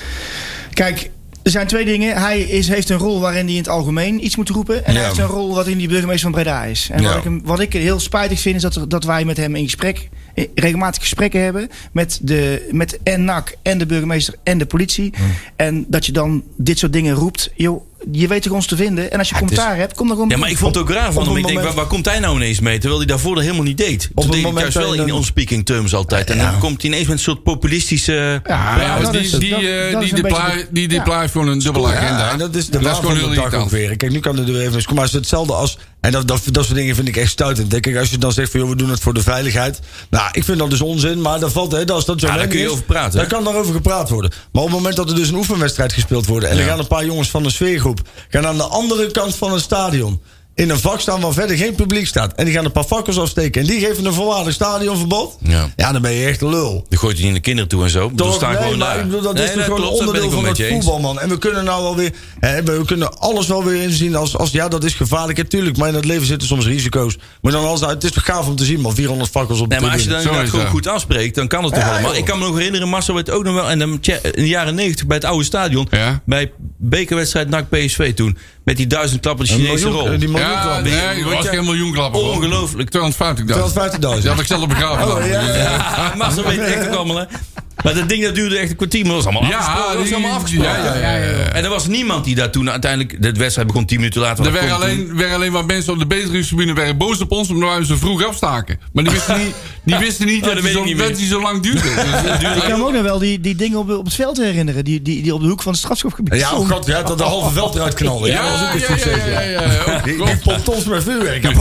Kijk, er zijn twee dingen. Hij is, heeft een rol waarin hij in het algemeen iets moet roepen. En Ja. hij heeft een rol waarin hij burgemeester van Breda is. En Ja. wat, ik hem, wat ik heel spijtig vind, is dat, er- dat wij met hem in gesprek, eh, regelmatig gesprekken hebben. Met, de, met en N A C en de burgemeester en de politie. En dat je dan dit soort dingen roept. Joh, je weet toch ons te vinden. En als je Ja, commentaar het is- hebt, kom dan gewoon... Ja, maar ik vond het ook raar van op hem. een Ik denk, moment- waar, waar komt hij nou ineens mee? Terwijl hij daarvoor dat helemaal niet deed. Op Toen een deed hij moment juist wel dat je in dan- on-speaking terms altijd. En Ja. dan komt hij ineens met een soort populistische... Ja, Ja, ja, maar dat die, is- die, dat- eh, dat is die, een die, beetje- pla- die, die ja. plaat voor een dubbele agenda. Ja, en dat is de dat waan is gewoon van heel de dag ook irritant. weer. Kijk, nu kan het er even... Maar het is hetzelfde als... En dat, dat, dat soort dingen vind ik echt stuitend. Kijk, als je dan zegt van, joh, we doen het voor de veiligheid. Nou, ik vind dat dus onzin. Maar dat valt, hè, als dat zo Ja, daar mening kun je is, over praten, daar hè? kan daarover gepraat worden. Maar op het moment dat er dus een oefenwedstrijd gespeeld wordt... en er gaan een paar jongens van de sfeergroep... gaan aan de andere kant van het stadion... in een vak staan waar verder geen publiek staat... en die gaan een paar fakkels afsteken... en die geven een volwaardig stadionverbod... Ja. ja, dan ben je echt een lul. Dan gooit hij in de kinderen toe en zo. Dus Toch? staan Nee, gewoon maar daar. ik bedoel, dat Nee, is toch gewoon klopt, dat ben onderdeel ik wel van met het je eens. voetbal, man. En we kunnen nou wel weer... Hè, we kunnen alles wel weer inzien als, als... Ja, dat is gevaarlijk, natuurlijk. Maar in het leven zitten soms risico's. Maar dan als, het is toch gaaf om te zien, man. vierhonderd fakkels op de Nee, maar als je dan Zo inderdaad is gewoon dat. goed afspreekt, dan kan het toch Ja, allemaal. joh. Ik kan me nog herinneren, Marcel weet ook nog wel. En dan tja- in de jaren negentig bij het oude stadion. Ja. Bij bekerwedstrijd N A C P S V toen. Met die duizend klappen de Een Chinese miljoen- rol. die miljoen Ja, klap. nee, Weet dat was je- geen miljoenklapper. hoor. Ongelooflijk. tweehonderdvijftigduizend. tweehonderdvijftigduizend. Die had ik zelf begraven. Oh, ja, ja. Ja, Marcel weet het echt ook allemaal, hè. Maar dat ding dat duurde echt een kwartier, maar dat was allemaal Ja, afgesproken. Dat was die- allemaal afgesproken. ja, ja, ja, ja. En er was niemand die daar toen uiteindelijk... De wedstrijd begon tien minuten later. Er Dat waren kon toen- alleen, waren alleen wat mensen op de Beatrixtribune waren boos op ons omdat we ze vroeg afstaken. Maar die wisten niet, die wisten niet Oh, dat, dat die weet ik zo, niet dat meer. die zo lang duurde. Dus dat duurde Ik kan me ook nog wel die, die dingen op, op het veld herinneren. Die, die, die op de hoek van het strafschopgebied Ja, oh stonden. god, ja, dat de halve veld eruit knalde. Ja, dat was ook een succes. ja, ja, ja, ja. Die, die pontons met vuurwerk. Ja,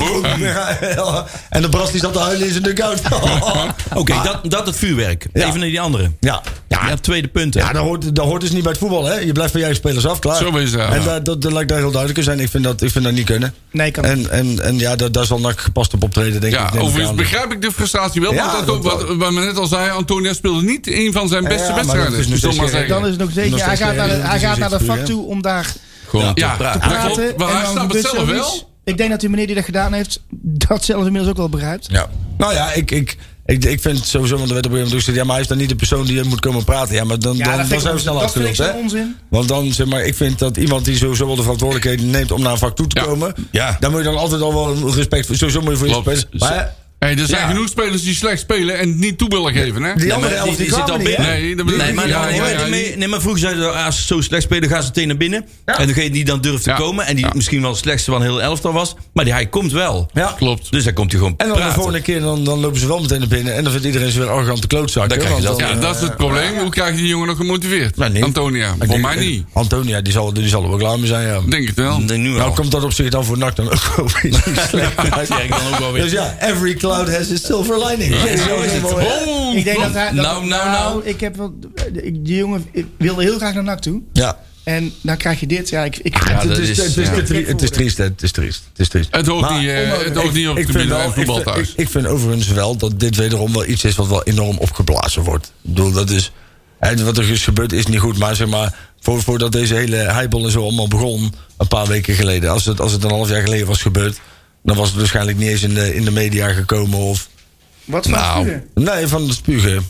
ja. En de Bras die zat te huilen in zijn dugout. Oké, dat, dat het vuurwerk. Ja. Even naar die andere. Ja, Ja, ja, tweede punt. hè. ja dat, hoort, dat hoort dus niet bij het voetbal. Hè? Je blijft van je eigen spelers af, klaar. Zo is het, ja. En dat, dat, dat lijkt daar heel duidelijk in zijn. Ik vind dat, ik vind dat niet kunnen. Nee, kan En, en, en ja, daar, daar zal N A C gepast op optreden, denk Ja, ik. neem ik overigens aan. begrijp ik de frustratie wel. Ja, want dat, dat wat, wel. wat men net al zei, Antonia speelde niet een van zijn beste Ja, maar wedstrijden. dat is nog zullen we maar steeds zeggen. Dan is het nog steeds... Nog ja, hij steeds gaat naar de, geen hij gaat naar de Eredivisie vak toe om daar Gewoon te Ja, praten. dat praten. klopt, maar en hij dan snapt het gebeurt zelf zoiets. wel. Ik denk dat die meneer die dat gedaan heeft... dat zelf inmiddels ook wel begrijpt. Ja. Nou ja, ik, ik, ik, ik vind sowieso, want er werd op een gegeven moment gezegd, ja, maar hij is dan niet de persoon die moet komen praten. Ja, maar dan, Ja, dan, dat dan vind zijn we ik, snel dat vind ik uitgeluld, zo'n hè? onzin. Want dan, zeg maar, ik vind dat iemand die sowieso wel de verantwoordelijkheden neemt om naar een vak toe te Ja. komen, Ja. daar moet je dan altijd al wel respect voor. Sowieso moet je voor je Klopt. spelers. Maar Hey, er zijn Ja. genoeg spelers die slecht spelen en niet toe willen geven. Hè? die Nee, andere maar elf die- die, die zit kwamen al niet, binnen. hè? Nee, dat bedoel Nee, ik. maar, Ja, nee, ja, maar, ja, nee, nee, maar vroeger zeiden ze, als ze zo slecht spelen, gaan ze meteen naar binnen. Ja. En degene die dan durft te Ja. komen, en die Ja. misschien wel het slechtste van heel elftal was, maar die, hij komt wel. Ja. Klopt. Dus dan komt hij gewoon En dan de praten. volgende keer dan, dan lopen ze wel meteen naar binnen. En dan vindt iedereen ze weer arrogante klootzakken. Dan krijg je want dat. dan, Ja, eh, dat is het probleem. Hoe krijg je die jongen nog gemotiveerd? Nou, niet. Antonia, ik voor denk- mij niet. Antonia, die zal, die zal er wel klaar mee zijn, ja. Denk het wel. Nee, nu wel. Nou komt dat op zich dan voor N A C dan ook wel weer niet slecht uit. Dat zeg ik dan ook wel weer. Dus ja, every cloud has its silver lining. zo is het. Oh, Ik denk dat hij... dat- Nou, nou, nou. Ik heb wel... ik- Die jongen wilde heel graag naar N A C toe. Ja. En dan krijg je dit. Ja, ik... ik Ja, Het dat is, is- het, is, ja. het, is, het is triest, hè. Het is triest. Het is triest. Het hoort Maar- niet, eh, het hoort niet op de ik vind tribune wel- en voetbal ik vind- thuis. Ik, ik vind overigens wel dat dit wederom wel iets is wat wel enorm opgeblazen wordt. Ik bedoel, dat is... hè, wat er is gebeurd is niet goed, maar zeg maar... Voor, voordat deze hele heibel en zo allemaal begon, een paar weken geleden... Als het, als het een half jaar geleden was gebeurd... dan was het waarschijnlijk niet eens in de, in de media gekomen of... Wat voor Nou. spugen? Nee, van het spugen.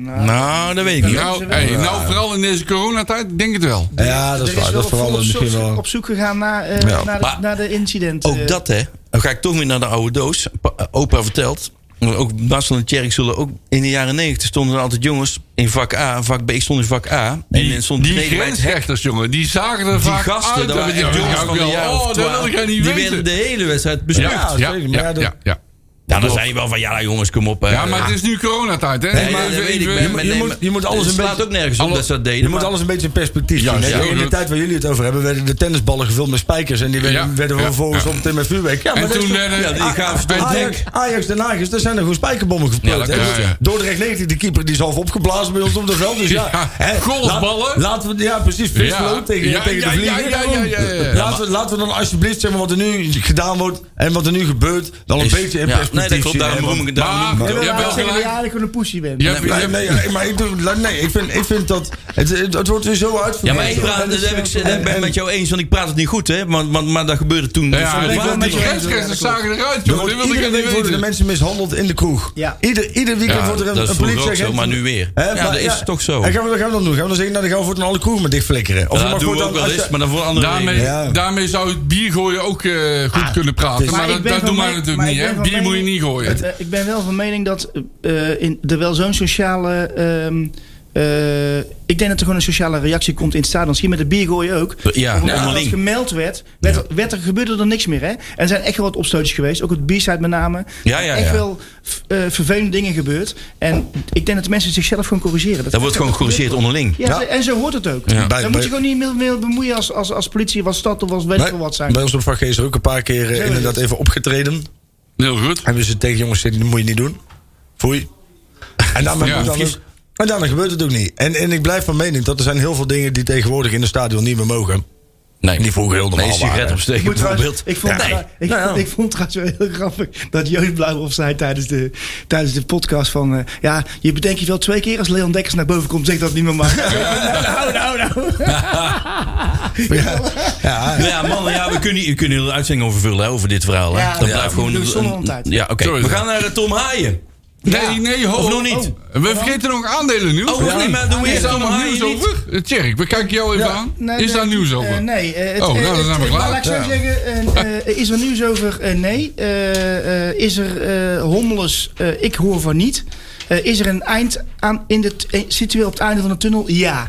Nou, dat weet ik niet. Nou, hey, nou, vooral in deze coronatijd, denk het wel. Ja, dat is Er waar. Dat wel is vooral volop misschien zoek- wel... op zoek gegaan naar, eh, Ja. naar, de, Maar naar de incident. Ook eh. dat, hè. Dan ga ik toch weer naar de oude doos. Pa- eh, Opa vertelt. Ook Marcel en Tjerk zullen ook... In de jaren negentig stonden er altijd jongens in vak A. En vak B stond in vak A. En Die, dan stond die beneden bij het hek. grensrechters, jongen, die zagen er Die vaak gasten, uit. dat waren die echt jongens dacht van de wel, jaren oh, of dat wil twaalf. ik jij niet Die weten. werden de hele wedstrijd bespuugd. Ja, Ja, ja, zeker, maar ja, ja, dat- ja, ja. dan zei je wel van... Ja, jongens, kom op. hè. Ja, maar het is nu coronatijd, hè? Nee, Even- maar dat even- weet ik. even- maar- je maar moet- nee, je moet alles het een slaat beetje- ook nergens op Alle- dat ze dat deden. Je moet maar- alles een beetje in perspectief Ja, zien. hè. ja, in de dat- tijd waar jullie het over hebben... werden de tennisballen gevuld met spijkers... en die werden, Ja, werden ja, vervolgens ja. op meteen met vuurwerk. Ja, En maar dat toen is- werden... Ja, die gaven en- Ajax, Ajax Den Haag is, daar zijn er gewoon spijkerbommen Ja, gepleurd. dat hè. klopt, Dus ja. Dordrecht negentig, de keeper, die is half opgeblazen bij ons op de veld. Dus ja, Ja, hè, golfballen. laat- laten we, ja, precies, visflow Ja. tegen, Ja, tegen ja, de vliegen. ja, ja, ja, ja, ja. Laten, we, laten we dan alsjeblieft zeggen wat er nu gedaan wordt en wat er nu gebeurt, dan een Is- beetje in ja, perspectief nee, dat klopt. zien, hè, Daarom want- noem ik het. daarom Maar- noem ik het Ik ook. wil Ja, eigenlijk wel zeggen dat je gelijk. eigenlijk gewoon een poesie bent. Ja, Nee, nee, nee, maar ik, doe, nee, ik, vind, ik vind dat... Het, het, het wordt weer zo uitvergroot. Ja, maar ik, praat, dat heb ik, dat ben ik met jou eens, want ik praat het niet goed, hè? Maar, maar, maar dat gebeurde toen. Ja, Dus- die, wel die, met die je grensrechters zagen eruit, Er joh. wordt Dat wil ik iedere niet week worden de weten. mensen mishandeld in de kroeg. Ja. Ieder, ieder weekend Ja, wordt er een, dat is een vroeger ook politieagent... zo, maar nu weer. Hè, Ja, maar dat is toch zo. En gaan we, dat gaan we dan doen. Gaan we dan zeggen, nou, dan gaan we voortaan alle kroegen maar dicht flikkeren. Of je dat mag doen we ook voortaan- wel als je- eens, maar dan voor andere Daarmee, redenen. Ja. daarmee zou het bier gooien ook eh, goed kunnen praten. Maar Maar, ik dat, ben dat van doen wij me- natuurlijk maar niet, ik ben hè? van Bier moet je mening- niet gooien. Eh, ik ben wel van mening dat eh, in, er wel zo'n sociale ehm, Uh, ik denk dat er gewoon een sociale reactie komt in het stadion. Misschien met de biergooien ook. Ja, Omdat ja. als het gemeld werd, werd, ja. werd er, gebeurde er niks meer. Hè? En er zijn echt wel wat opstootjes geweest. Ook op de B-side met name. Ja, ja, echt ja. wel uh, vervelende dingen gebeurd. En ik denk dat de mensen zichzelf gewoon corrigeren. Dat, dat wordt gewoon gecorrigeerd onderling. Ja, ja, en zo hoort het ook. Ja. Bij, Dan moet je gewoon niet meer, meer bemoeien als, als, als politie of als stad of als weet ik veel wat zijn. Bij ons op vak is er ook een paar keer uh, inderdaad even opgetreden. Heel goed. Hebben ze tegen jongens gezegd, dat moet je niet doen. Foei. En daarmee ja, dan ook, en daarna gebeurt het ook niet. En, en ik blijf van mening dat er zijn heel veel dingen die tegenwoordig in de stadion niet meer mogen. Nee, die vroeger heel normaal nee, sigaret opsteken ik bijvoorbeeld. Ik vond, ja, nee. ik, nou, ja. ik vond het trouwens wel heel grappig dat Joost Blauwhof zei tijdens de, tijdens de podcast van... Uh, ja, je bedenkt je wel twee keer als Leon Dekkers naar boven komt, zeg dat niet meer mag. nou, nou, nou. ja, ja. ja mannen, ja, we kunnen, we kunnen een uitzending over vullen, hè, over dit verhaal. Hè. Ja, dat ja, blijft gewoon... Een, een, ja, oké. Okay. We gaan naar de Tom Haaien. Nee, ja. nee, ho, of nog niet? Oh. We vergeten nog aandelen nieuws. Oh, ja. nee, maar doen we is daar nog nieuws over? Tjerk, we kijken jou even ja. aan. Nee, is daar nieuws over? Uh, nee. Uh, het, oh, nou, dan zijn we klaar. Laat ik zo ja. zeggen, uh, uh, is er nieuws over? Uh, nee. Uh, uh, is er uh, hommeles? Uh, ik hoor van niet. Uh, is er een eind aan, in de, uh, zitten we op het einde van de tunnel? Ja.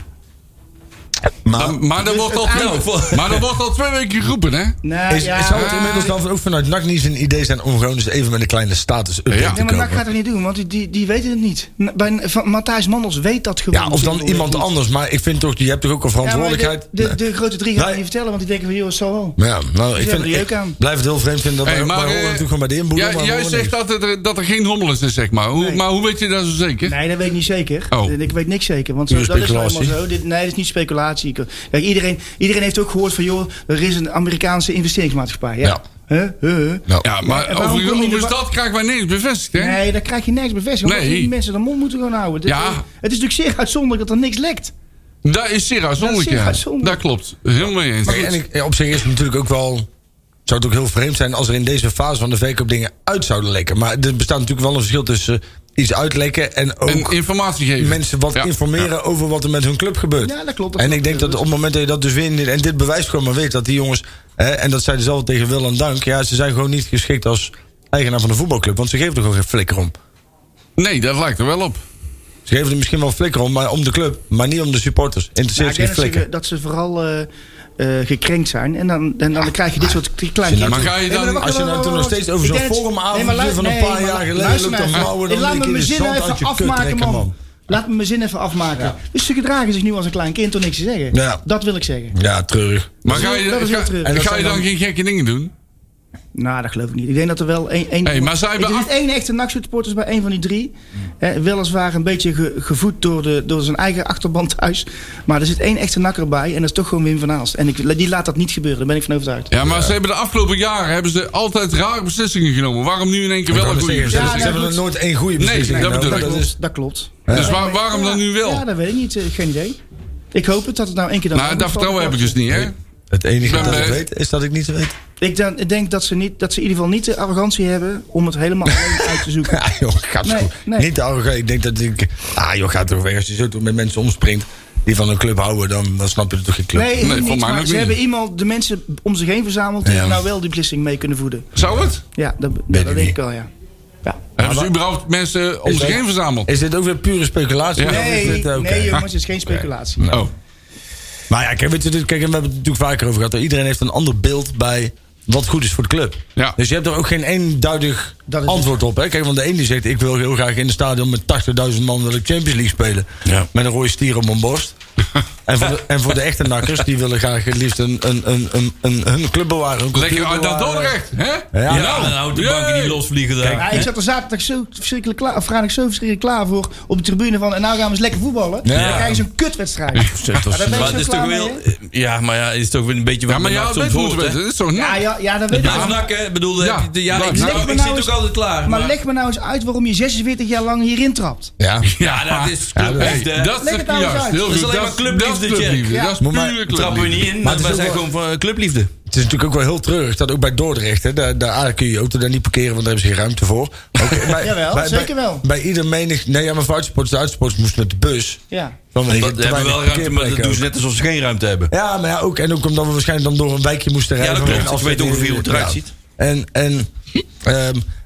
Maar, maar, dat wordt al twee, maar dat wordt al twee weken geroepen, hè? Nou, is, ja, zou het inmiddels dan ook vanuit N A C niet zijn idee zijn om gewoon eens even met een kleine status update ja. te komen? Ja, maar N A C gaat het niet doen, want die, die, die weten het niet. Bij, van, Matthijs Mandels weet dat gewoon. Ja, of dan iemand anders, maar ik vind toch, je hebt toch ook een verantwoordelijkheid. Ja, de, de, de grote drie gaan nee. niet vertellen, want die denken van, joh, het zal wel. Ja, nou, ik, vind, ik blijf het heel vreemd vinden dat hey, wij, wij horen natuurlijk gewoon bij de inboedel. Ja, jij zegt dat, het, dat er geen hommeles is, zeg maar. Hoe, nee. Maar hoe weet je dat zo zeker? Nee, dat weet ik niet zeker. Oh. Ik weet niks zeker, want zo, dat is helemaal zo. Dit, nee, dat is niet speculatie. Kijk, iedereen... Iedereen heeft ook gehoord van, joh, er is een Amerikaanse investeringsmaatschappij. Ja. ja. Huh? Huh? No. Ja, maar ja, over, over de stad krijgen wij niks bevestigd, hè? Nee, daar krijg je niks bevestigd. Nee. Die mensen de mond moeten gewoon houden. Ja. Het, het is natuurlijk zeer uitzonderlijk dat er niks lekt. Dat is zeer uitzonderlijk, ja. Dat klopt. Helemaal mee eens. Maar, en ik, op zich is het natuurlijk ook wel... Zou het ook heel vreemd zijn als er in deze fase van de verkoop dingen uit zouden lekken. Maar er bestaat natuurlijk wel een verschil tussen... iets uitlekken en ook en informatie geven. Mensen wat ja. informeren ja. over wat er met hun club gebeurt. Ja, dat klopt. Dat en klopt. ik denk dat op het moment dat je dat dus wint... en dit bewijst gewoon maar weet dat die jongens... Hè, en dat zeiden ze zelf tegen Wil en Dank... ja, ze zijn gewoon niet geschikt als eigenaar van de voetbalclub. Want ze geven er gewoon geen flikker om. Nee, dat lijkt er wel op. Ze geven er misschien wel flikker om, maar om de club. Maar niet om de supporters. Interesseert nou, geen flikker. Dat, dat ze vooral... Uh, Uh, gekrenkt zijn. En dan, en dan krijg je dit soort kleine... Maar ga je dan... Nee, als je nou toen nog steeds over zo'n forumavond nee, van een paar nee, jaar geleden... loopt dan mouwen, dan laat me mijn zin even afmaken, man. man. Laat me mijn zin even afmaken. Ja. Dus ze gedragen zich nu als een klein kind om niks te zeggen. Ja. Dat wil ik zeggen. Ja, treurig. Maar ga je, ga, ga je dan geen gekke dingen doen? Nou, dat geloof ik niet. Ik denk dat er wel één... één hey, maar zij er zit één echte N A C-supporters bij één van die drie. Eh, weliswaar een beetje ge, gevoed door, de, door zijn eigen achterban thuis. Maar er zit één echte N A C'er bij. En dat is toch gewoon Wim van Aalst. En ik, die laat dat niet gebeuren. Daar ben ik van overtuigd. Ja, maar ja. ze hebben de afgelopen jaren hebben ze altijd rare beslissingen genomen. Waarom nu in één keer wel een goede beslissing? Ja, ze hebben er nooit één goede beslissing nee, genomen. dat bedoel ik. Dat, is, dat klopt. Ja. Dus waar, waarom ja, dan nu wel? Ja, dat weet ik niet. Uh, geen idee. Ik hoop het dat het nou één keer... Dan nou, dat vertrouwen heb ik dus niet, hè? Het enige dat ik weet, is dat ik niet weet. Ik, dan, ik denk dat ze, niet, dat ze in ieder geval niet de arrogantie hebben om het helemaal alleen uit te zoeken. Ja, joh, gaat nee, nee. Niet de arrogantie. Ik denk dat ik... Ah, joh, gaat toch weg. Als je zo met mensen omspringt die van een club houden, dan, dan snap je er toch geen club. Nee, nee niet, maar ze niet. hebben iemand, de mensen om zich heen verzameld die ja. nou wel die beslissing mee kunnen voeden. Zou het? Ja, dat, dat, dat denk ik wel, ja. Ja. Hebben ze überhaupt mensen om zich heen verzameld? Is dit ook weer pure speculatie? Ja. Nee, dit, okay. nee jongens, het is geen speculatie. Okay. Oh. Maar ja, kijk, weet je, kijk, we hebben het natuurlijk vaker over gehad. Iedereen heeft een ander beeld bij wat goed is voor de club. Ja. Dus je hebt er ook geen eenduidig antwoord het. op. Hè? Kijk, want de een die zegt, ik wil heel graag in het stadion met tachtigduizend man wil ik Champions League spelen. Ja. Met een rode stier op mijn borst. En voor, de, en voor de echte nakkers, die willen graag het liefst een, een, een, een, een, hun club bewaren. Lekker uit dat Dordrecht, hè? Ja, ja, ja nou, de banken die losvliegen daar. Kijk, ja, ik zat er zaterdag zo verschrikkelijk klaar, of vrijdag zo verschrikkelijk klaar voor op de tribune van, en nou gaan we eens lekker voetballen. Ja. Dan krijg je zo'n kutwedstrijd. Ja, ja, maar het is toch wel, ja, maar ja, het is toch weer een beetje wat ja, maar ja, soms hoort, hè? Het is zo ja, ja, ja, dat weet ik. Ja, nakken, bedoel, ja, ja, ik zit ook altijd klaar. Maar leg me nou eens uit waarom je zesenveertig jaar lang hierin trapt. Ja, ja, dat is clubliefde. Dat is juist. Dat is alleen maar clubliefde. Ja. Dat is pure clubliefde. Trappen we niet in, maar we zijn gewoon van clubliefde. Het is natuurlijk ook wel heel treurig dat ook bij Dordrecht, hè, daar, daar kun je je auto daar niet parkeren, want daar hebben ze geen ruimte voor. Okay, bij, Jawel, bij, zeker wel. Bij, bij ieder menig, nee, ja, maar voor uitsporters, de uitsporters moesten met de bus. Ja. Want we hebben wel ruimte, maar dat doen ze net alsof ze geen ruimte hebben. Ja, maar ja, ook, en ook omdat we waarschijnlijk dan door een wijkje moesten rijden. Ja, dat klopt. Als je weet ongeveer hoe het eruit ziet. En, en um,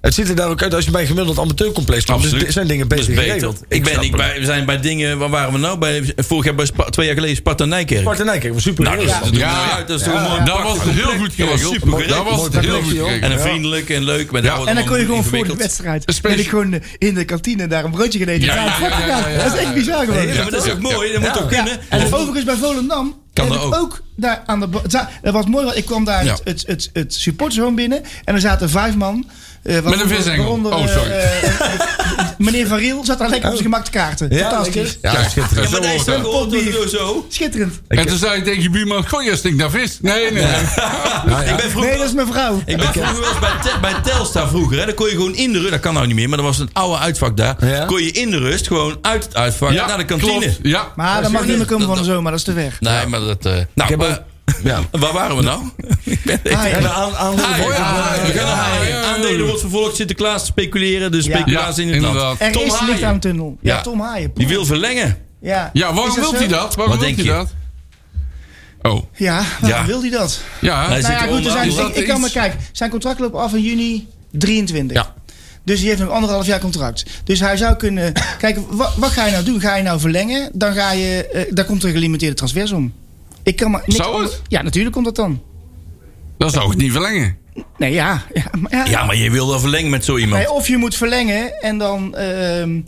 Het ziet er daar ook uit als je bij een gemiddeld amateurcomplex komt. Dus Absoluut. er zijn dingen beter, Dat is beter. geregeld. Ik ben, snap ik, het. bij, we zijn bij dingen, waar waren we nou? Bij, vorig jaar bij Spa, twee jaar geleden Sparta Nijkerk. Sparta Nijkerk was super Nou, dat, geregeld. dat, Ja. ja. uit, dat is toch Ja. een mooi Dat pak was van heel plek. goed Dat was geregeld. super Dat geregeld. was Mooi heel plekje, goed joh. geregeld. En Ja. vriendelijk en leuk. Maar Ja. daar wordt En dan kon je allemaal gewoon voor de ingewikkeld. wedstrijd. Speciaal- Ben ik gewoon in de kantine daar een broodje gegeten. Ja, Ja, ja, ja, ja, ja. Dat is echt bizar gewoon. Ja, maar dat is ook mooi. Dat moet toch Ja. kunnen. En overigens bij Volendam Kan heb dat ik ook. ook daar aan de... bo- za- Dat was mooi, want ik kwam daar Ja. het, het, het, het supportershome binnen. En er zaten vijf man. eh, waaronder- een visengel. waaronder, Oh, eh, sorry. eh, eh, meneer Van Riel zat daar lekker op zijn gemakte kaarten. Ja, Fantastisch. lekker. Ja, Kijk, schitterend. Ja, maar zo deze hoort toch dat. gewoon zo- zo. Schitterend. En toen zei ik tegen je buurman, goh, je stinkt naar vis. Nee, nee, nee. Ik ben vroeger... Nee, dat is mijn vrouw. Ik ben vroeger wel eens bij, Te- bij Telstar vroeger. Hè. Dan kon je gewoon in de rust. Dat kan nou niet meer. Maar dat was een oude uitvak daar. Ja. Kon je in de rust gewoon uit het uitvak naar de kantine. klopt. Ja. Maar dat mag niet meer komen van de zomer, dat is te weg. Nee, maar dat... eh nou, heb maar- ook- Ja. waar waren we nou? Ik ben Ah, ja. En de aan, aan Haaien. Oh, ja. We gaan naar Ja, haaien. ja, ja. Aandelen wordt vervolgd. Sinterklaas speculeren. Dus Ja. speculatie Ja, in het land. inderdaad. Er Tom is licht Haaien. aan de tunnel. Ja, Ja. Tom Haaien. Die wil verlengen. Ja, Ja, waarom Is dat wil zo? hij dat? Waarom Wat wil denk hij je? dat? Oh, Ja, waarom Ja. wil hij dat? ja. Hij Nou ja, zit goed, er zijn, Is dat ik, ik kan iets- maar kijken. Zijn contract loopt af in juni drieëntwintig. Ja. Dus die heeft nog anderhalf jaar contract. Dus hij zou kunnen... Kijk, wat, wat ga je nou doen? Ga je nou verlengen? Dan ga je... eh, daar komt er een gelimiteerde transfersom. Ik kan maar niks Zou het? anders- Ja, natuurlijk komt dat dan. Dan zou ik het niet verlengen. Nee, ja. ja, maar, ja. Ja, maar je wil wel verlengen met zo iemand. Nee, of je moet verlengen en dan... ehm,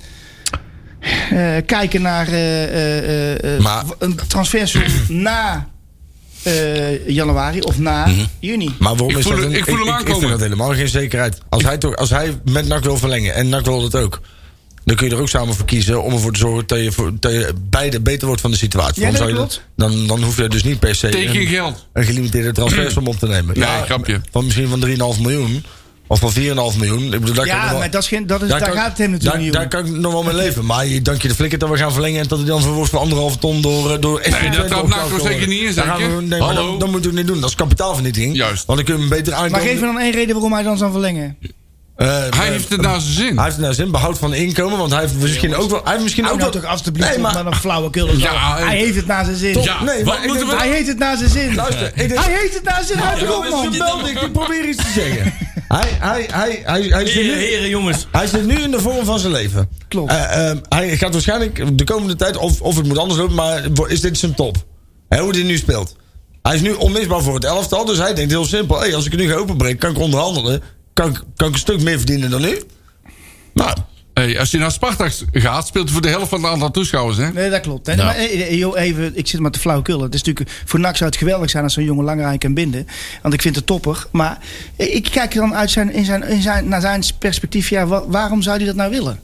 eh, kijken naar eh, eh, eh, eh, Maar- een transfersom na eh, januari of na Mhm. juni. Maar waarom Ik is voel dat hem- een- ik voel hem Ik aankomen. vind dat helemaal geen zekerheid. Als hij, toch, als hij met N A C wil verlengen en N A C wil dat ook... dan kun je er ook samen voor kiezen om ervoor te zorgen... dat je, voor, dat je beide beter wordt van de situatie. Ja, Dan, dat zou je klopt. dan, dan hoef je dus niet per se Tegen een, geld. een gelimiteerde transfersom op te nemen. Nee, grapje. Van misschien van drie komma vijf miljoen of van vier komma vijf miljoen. Ik bedoel, daar kan ik Ja, nog wel- maar dat is geen, dat is, daar kan- gaat het hem natuurlijk daar, niet daar om. kan ik nog wel mee leven. Maar je dank je de flikker dat we gaan verlengen... en dat hij dan vervolgens voor anderhalve ton door... eh, door Nee, dat trapt N A C er zeker niet in, Dan gaan we, zeker? nee, maar Hallo? dan, dan moeten we het niet doen. Dat is kapitaalvernietiging. Juist. Want dan kun je hem beter aankomen. Maar geef me dan één reden waarom hij dan zou verlengen. Eh, Hij eh, heeft het naar zijn zin. Hij heeft het naar zin, behoud van inkomen, want hij heeft misschien ook wel. Hij heeft misschien Hou ook nou wel. toch alstublieft Nee, op maar- met een flauwekul. of zo. Ja, hij eh, heeft het naar zijn zin. Top. Ja, Nee, wat maar ik moeten denk- we... Hij heeft het naar zijn zin. Luister, ik denk. Hij heeft het naar zijn zin. jongens, Uitkomen, moet je man. dan- Ik, ik probeer iets te zeggen. Hij, hij, hij, hij, hij, zit Heren, nu, heren, jongens. hij zit nu in de vorm van zijn leven. Klopt. Eh, eh, hij gaat waarschijnlijk de komende tijd, of, of het moet anders lopen, maar is dit zijn top? Hè, hoe hij nu speelt. Hij is nu onmisbaar voor het elftal, dus hij denkt heel simpel: hey, als ik het nu ga openbreken, kan ik onderhandelen. Kan ik, kan ik een stuk meer verdienen dan nu? Nou. Hey, als je naar Spartak gaat, speelt hij voor de helft van het aantal toeschouwers, hè? Nee, dat klopt. Nee, Nou. maar, eh, eh, joh, even, ik zit maar te flauwkullen. Het is natuurlijk, voor N A C zou het geweldig zijn als zo'n jongen langer kan binden. Want ik vind het topper. Maar eh, ik kijk dan uit zijn, in zijn, in zijn, naar zijn perspectief. Ja, wa- waarom zou hij dat nou willen?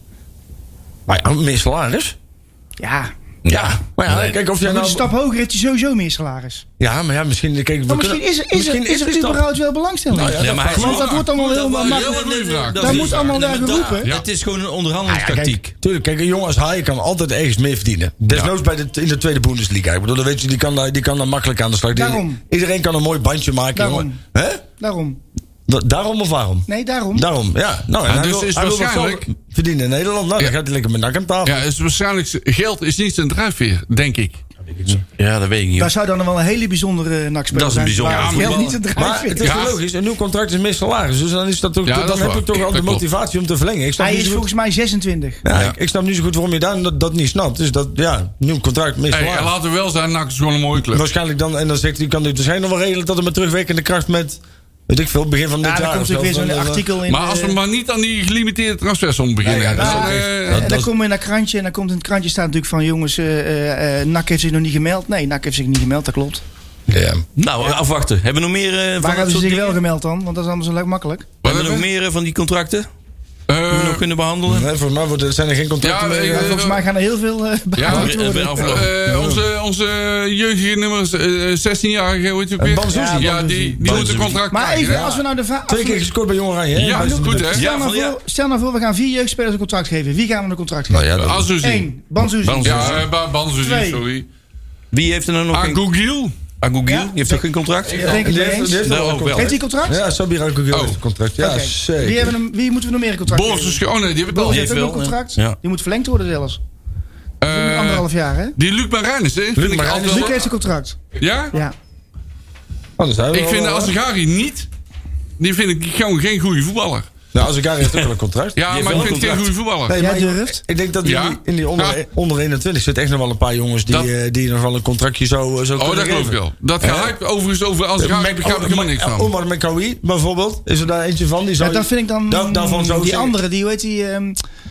Maar ja, meer salaris. Ja, Ja, Maar ja, nee. kijk of jij maar nou. een stap hoger heeft hij sowieso meer salaris. Ja, maar ja, misschien. Kijk, we Maar misschien kunnen- is er, is er, misschien is er die stap- überhaupt wel belangstelling. Nou ja, Nee, maar hij is Want dat wordt allemaal heel Dat- makkelijk. dat- goede vraag. dat- Daar dat- moet allemaal nee, naar maar geroepen. daar- Ja. Het is gewoon een Ah, ja, onderhandelingstactiek. kijk, tuurlijk, kijk, een jongen als Haaien kan altijd ergens meer verdienen. Desnoods bij de, in de tweede Bundesliga. Ik bedoel, dan weet je, die kan, daar- die kan daar makkelijk aan de slag. Die- Daarom. Iedereen kan een mooi bandje maken, Daarom. jongen. Hè? Daarom. Da- daarom of waarom? Nee, daarom. Daarom, ja. Nou, en Ja, hij dus wil, is hij wil waarschijnlijk- wat verdienen in Nederland. Nou, Ja. dan gaat hij lekker met N A C aan tafel. Ja, is waarschijnlijk geld is niet zijn drijfveer, denk ik. Ja, dat weet ik niet. Daar zou dan nog wel een hele bijzondere N A C-speler Dat is een zijn. bijzondere waar het voetballer. geld niet zijn Maar drijfveer. het is Ja. wel logisch. Een nieuw contract is meer salaris. Dus dan, is dat toch, Ja, dan dat is heb waar. je toch wel de Dat klopt. motivatie om te verlengen. Ik snap, Hij niet is zo goed, volgens mij zesentwintig. ja, Ja. Ik, ik snap niet zo goed waarom je daar dat, dat niet snapt. Dus dat, ja, nieuw contract, meer Hey, salaris. en laten we wel zijn, N A C is gewoon een mooie club. Waarschijnlijk dan, en dan zegt hij, kan hij waarschijnlijk nog wel regelen dat hij met terugwerkende kracht met, weet ik veel, begin van dit Ja, jaar. dan komt of natuurlijk weer zo, zo'n van, eh, artikel in. Maar als we eh, maar niet aan die gelimiteerde transfersom beginnen. Ja, ja, dat is, dat eh, En dat dan is- komen we naar krantje en dan komt in het krantje staat natuurlijk van jongens, eh, eh, eh, N A C heeft zich nog niet gemeld. Nee, N A C heeft zich niet gemeld, dat klopt. Ja. Nou, afwachten. Hebben we nog meer eh, van Waar dat hebben ze soort zich dingen? wel gemeld dan? Want dat is allemaal zo leuk makkelijk. Wat Hebben we nog hebben we? meer eh, van die contracten? Die Eh, we nog kunnen behandelen? Nee, volgens mij worden, zijn er geen contracten Ja, meer. ik- eh, eh, Volgens mij gaan er heel veel eh behandeld ik ben worden. afgelopen. eh, onze, onze jeugdige nummers, eh, zestienjarige, hoe heet het ook weer? Banzuzi. Ja, die, die Banzuzi. moeten een contract Maar krijgen. even, hè? als we nou de vraag... Twee keer gescoord bij Jong Oranje. hè? Ja, Bij dat is goed, hè? Stel, Ja, nou van- ja. voor, stel nou voor, we gaan vier jeugdspelers een contract geven. Wie gaan we een contract geven? Nou ja, dat- Azuzi. Eén, Banzuzi. Banzuzi. Ja, eh, Ba- Banzuzi, Twee. sorry. Wie heeft er nou nog geen... Agugil. Agugil? Ja. Die heeft toch geen contract? Dat denk ik die mee heeft, eens. die heeft Nou, wel een ook wel. contract. Heeft hij contract? Ja, Sabir Agugil Oh. heeft een contract. Ja, Oké. zeker. Wie, hebben hem, wie moeten we nog meer een contract Boris geven? is... Oh nee, die hebben het al. Boris heeft heeft ook wel, een ja. contract. Ja. Die moet verlengd worden zelfs. Eh, Anderhalf jaar, hè? Die Luc Marijnis, hè? Vind ik Marijnis. altijd Luc wel- heeft een contract. Ja? Ja. Oh, dat zijn we Ik wel, vind eh, Azegari niet... Die vind ik gewoon geen goede voetballer. Nou, Azegari heeft ook wel een contract. Ja, heeft maar wel ik vind een het geen goede voetballer. Nee, Jij maar durft? Ik denk dat Ja. in die, in die onder, Ja. onder eenentwintig zit echt nog wel een paar jongens die, Dat- eh, die nog wel een contractje zo, zo Oh, kunnen dat geloof ik geven. wel. Dat gehype overigens over Azegari begrijp ik helemaal niks van. Omar Mekawi bijvoorbeeld, is er daar eentje van? Die zou Ja, dat vind ik dan... Daar- daarvan zou ik die zeggen- andere, die, hoe heet die... ehm,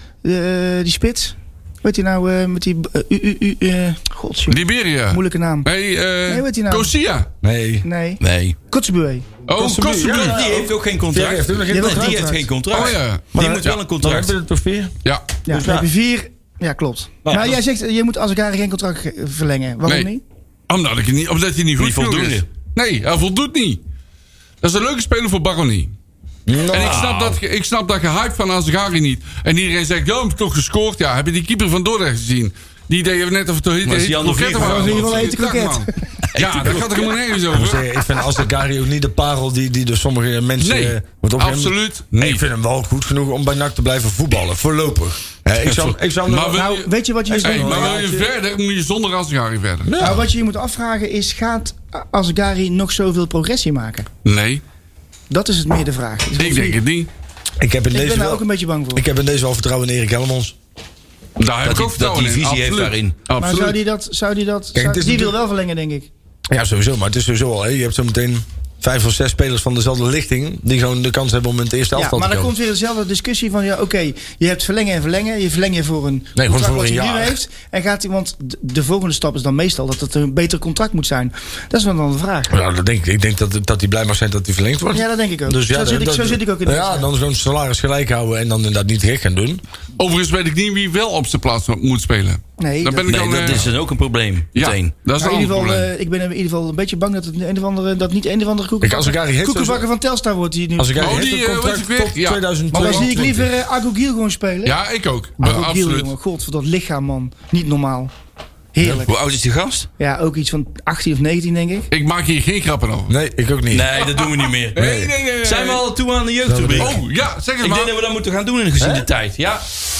eh, die spits? Weet je nou, eh, met die... eh, u, u, u, eh, godsjongen, Liberia. moeilijke naam. Nee, eh Nee, weet je nou? Kosia. Nee. Nee. Nee. Kotzebue. Oh, Kosovo. Kosovo. Ja, Die heeft ook geen Die contract. heeft ook nog geen Die Nee, heeft die een heeft geen contract. Oh ja. Die Maar- moet wel een Dan contract. hebben we er toch vier? Ja. Ja, Dus dan ja. heb je vier... Ja, klopt. Nou ja, maar dat- jij zegt, je moet Azegari geen contract ge- verlengen. Waarom Nee. niet? Omdat, ik het niet, omdat hij niet goed Niet genoeg voldoende. is. Nee, hij voldoet niet. Dat is een leuke speler voor Baronie. Nou, En ik snap, dat, ik snap dat gehype van Azegari niet. En iedereen zegt, ja, hij heeft toch gescoord. Ja, heb je die keeper van Dordrecht gezien? Die deed net of het toch Maar is die andere kroketten vier waren. gewoon- wel eten Dag, kroket. man. Ja, daar gaat er helemaal nergens ik over. zeg, ik vind Azegari ook niet de parel die, die door sommige mensen Nee, eh, wordt opgeheven. absoluut Nee, ik niet. vind hem wel goed genoeg om bij N A C te blijven voetballen. Voorlopig. Eh, ik zou, ik zou hem Maar nog- wil Nou, je- weet je wat je... Hey, maar wil je Ja, verder, moet je zonder Azegari verder. Nou, wat je je moet afvragen is, gaat Azegari nog zoveel progressie maken? Nee, Dat is het meer de vraag. ik denk het niet. ik heb in Ik deze ben daar wel, ook een beetje bang voor. ik heb in deze wel vertrouwen in Erik Helmons. Daar heb Dat ik die- ook vertrouwen dat die in. visie heeft Absoluut. daarin. Maar Absoluut. zou die dat... Zou die dat Kijk, zou- het is die wil natuurlijk- wel verlengen, denk ik. Ja, sowieso. Maar het is sowieso al. Hè. Je hebt zo meteen vijf of zes spelers van dezelfde lichting die gewoon de kans hebben om in het eerste Ja, elftal maar te dan komen. komt weer dezelfde discussie van... Ja, oké, je hebt verlengen en verlengen. Je verlengt je voor een gewoon contract voor wat een hij nu jaar. heeft. En gaat hij... Want de, de volgende stap is dan meestal dat het een beter contract moet zijn. Dat is wel dan de vraag. Nou, dat denk ik. Ik denk dat, dat hij blij mag zijn dat hij verlengd wordt. Ja, dat denk ik ook. Dus ja, zo, dat- zit ik, dat- zo zit ik ook in de Ja, wedstrijd. dan gewoon salaris gelijk houden en dan inderdaad niet gek gaan doen. Overigens weet ik niet wie wel op zijn plaats moet spelen. Nee, Daar dat- ben ik Nee, dan, dat eh, is dan ook een probleem. ja, Meteen. dat is Nou, een in ieder ander geval, probleem. eh, ik ben in ieder geval een beetje bang dat het een of andere, dat niet een of andere koeken, Kijk, Azegari heeft koekenbakker van Telstar wordt hier nu. Als ik Oh, heeft die, een eh, contract weet ik weer. tot Ja. tweeduizend maar dan zie ik tweeëntwintig. liever uh, Agogiel gewoon spelen. Ja, ik ook. Agogiel, Absoluut. jongen. God, voor dat lichaam, man. Niet normaal. Heerlijk. Hoe oud is die gast? Ja, ook iets van achttien of negentien, denk ik. Ik maak hier geen grappen over. Nee, ik ook niet. Nee, dat doen we niet meer. Nee, nee, nee. nee. Zijn we al toe aan de jeugdrubriek? Oh, ja, zeg eens Ik maar. denk dat we dat moeten gaan doen in gezien de tijd. Ja.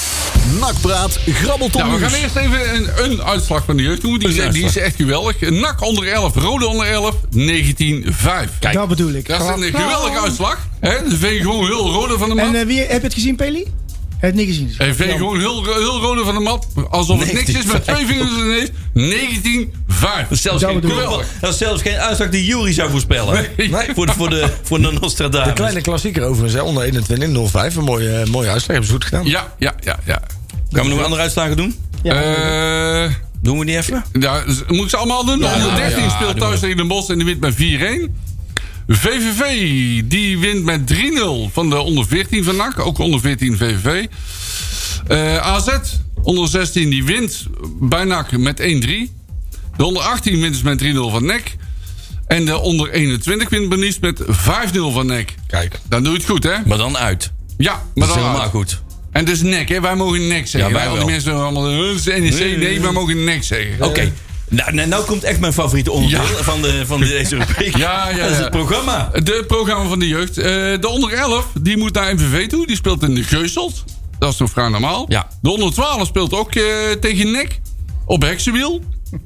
Nakpraat, grabbelton Nou, we nieuws. gaan eerst even een, een uitslag van de jeugd doen. Die, Een is, die is uitslag. echt geweldig. N A C onder elf, Rode onder elf, negentien vijf. Kijk. Dat bedoel ik. Dat is een geweldige uitslag. Hè? Ze vegen gewoon heel Rode van de mat. En uh, wie, heb je het gezien, Peli? Heb je het niet gezien? Hij veegt gewoon heel, heel Rode van de mat. Alsof het niks is met twee vingers ineens. negentien vijf. Dat is zelfs, Dat geen, bedoel ik. voetbal- dat is zelfs geen uitslag die Jury zou voorspellen. Nee. Voor, de, voor, de, voor de Nostradamus. De kleine klassieker overigens, hè, onder eenentwintig nul vijf. Een mooie, uh, mooie uitslag, hebben ze goed gedaan. Ja, ja, ja, ja. Gaan we nog andere uitslagen doen? Eh... Doen we die even? Ja, z- moet ik ze allemaal doen? De onder dertien ja, speelt doen thuis we. tegen Den Bosch en die wint met vier-een. V V V die wint met drie nul van de onder veertien van N A C. Ook onder veertien V V V. Eh, A Z onder zestien die wint bij N A C met één drie. De onder achttien wint dus met drie nul van N E C. En de onder eenentwintig wint Benies met vijf nul van N E C. Kijk. Dan doe je het goed, hè? Maar dan uit. Ja, Dat maar is dan helemaal uit. goed. En het is N E C, hè? Wij mogen N E C zeggen. Ja, wij Wij al die wel. mensen zeggen allemaal, "Eh, het is N E C. Nee, Nee, wij mogen N E C zeggen. Oké. Nou, nou, nou komt echt mijn favoriete onderdeel Ja. van, de, van deze rubriek. Ja, ja, Dat is ja. het programma. De programma van de jeugd. Eh, de onder elf, die moet naar M V V toe. Die speelt in de Geuselt. Dat is toch vrij normaal. Ja. De onder twaalf speelt ook eh, tegen N E C. Op Heksenwiel.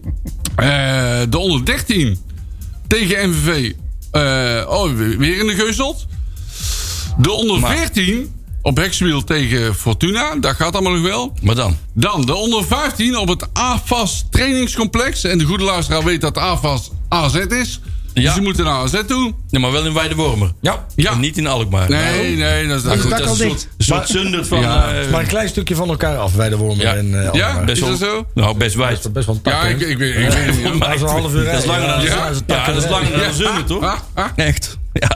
Eh, de onder dertien tegen M V V. eh, oh, weer in de Geuselt. De onder Maar- veertien op Heksenwiel tegen Fortuna. Dat gaat allemaal nog wel. Maar dan? Dan de onder vijftien op het A F A S trainingscomplex. En de goede luisteraar weet dat A F A S A Z is. Ja. Dus die moeten naar A Z toe. Nee, maar wel in Weidewormer. Ja. Ja. En niet in Alkmaar. Nee, nee, dat is Nou, dat goed, dak dat is al een dicht. soort, een soort zundert van... Ja. eh, Maar een klein stukje van elkaar af, bij de Wormen Ja. en uh, Ja? best Is wel, dat zo? Nou, best Dat wijd. is best wel een tak. Ja, hè? ik, ik, weet, ik weet het niet. Dat is een half uur Dat is rijden. langer dan Ja, een dat is een tak, Ja, dat is hè? langer dan Ja. een zundert, toch? Ah, ah. Echt. Ja.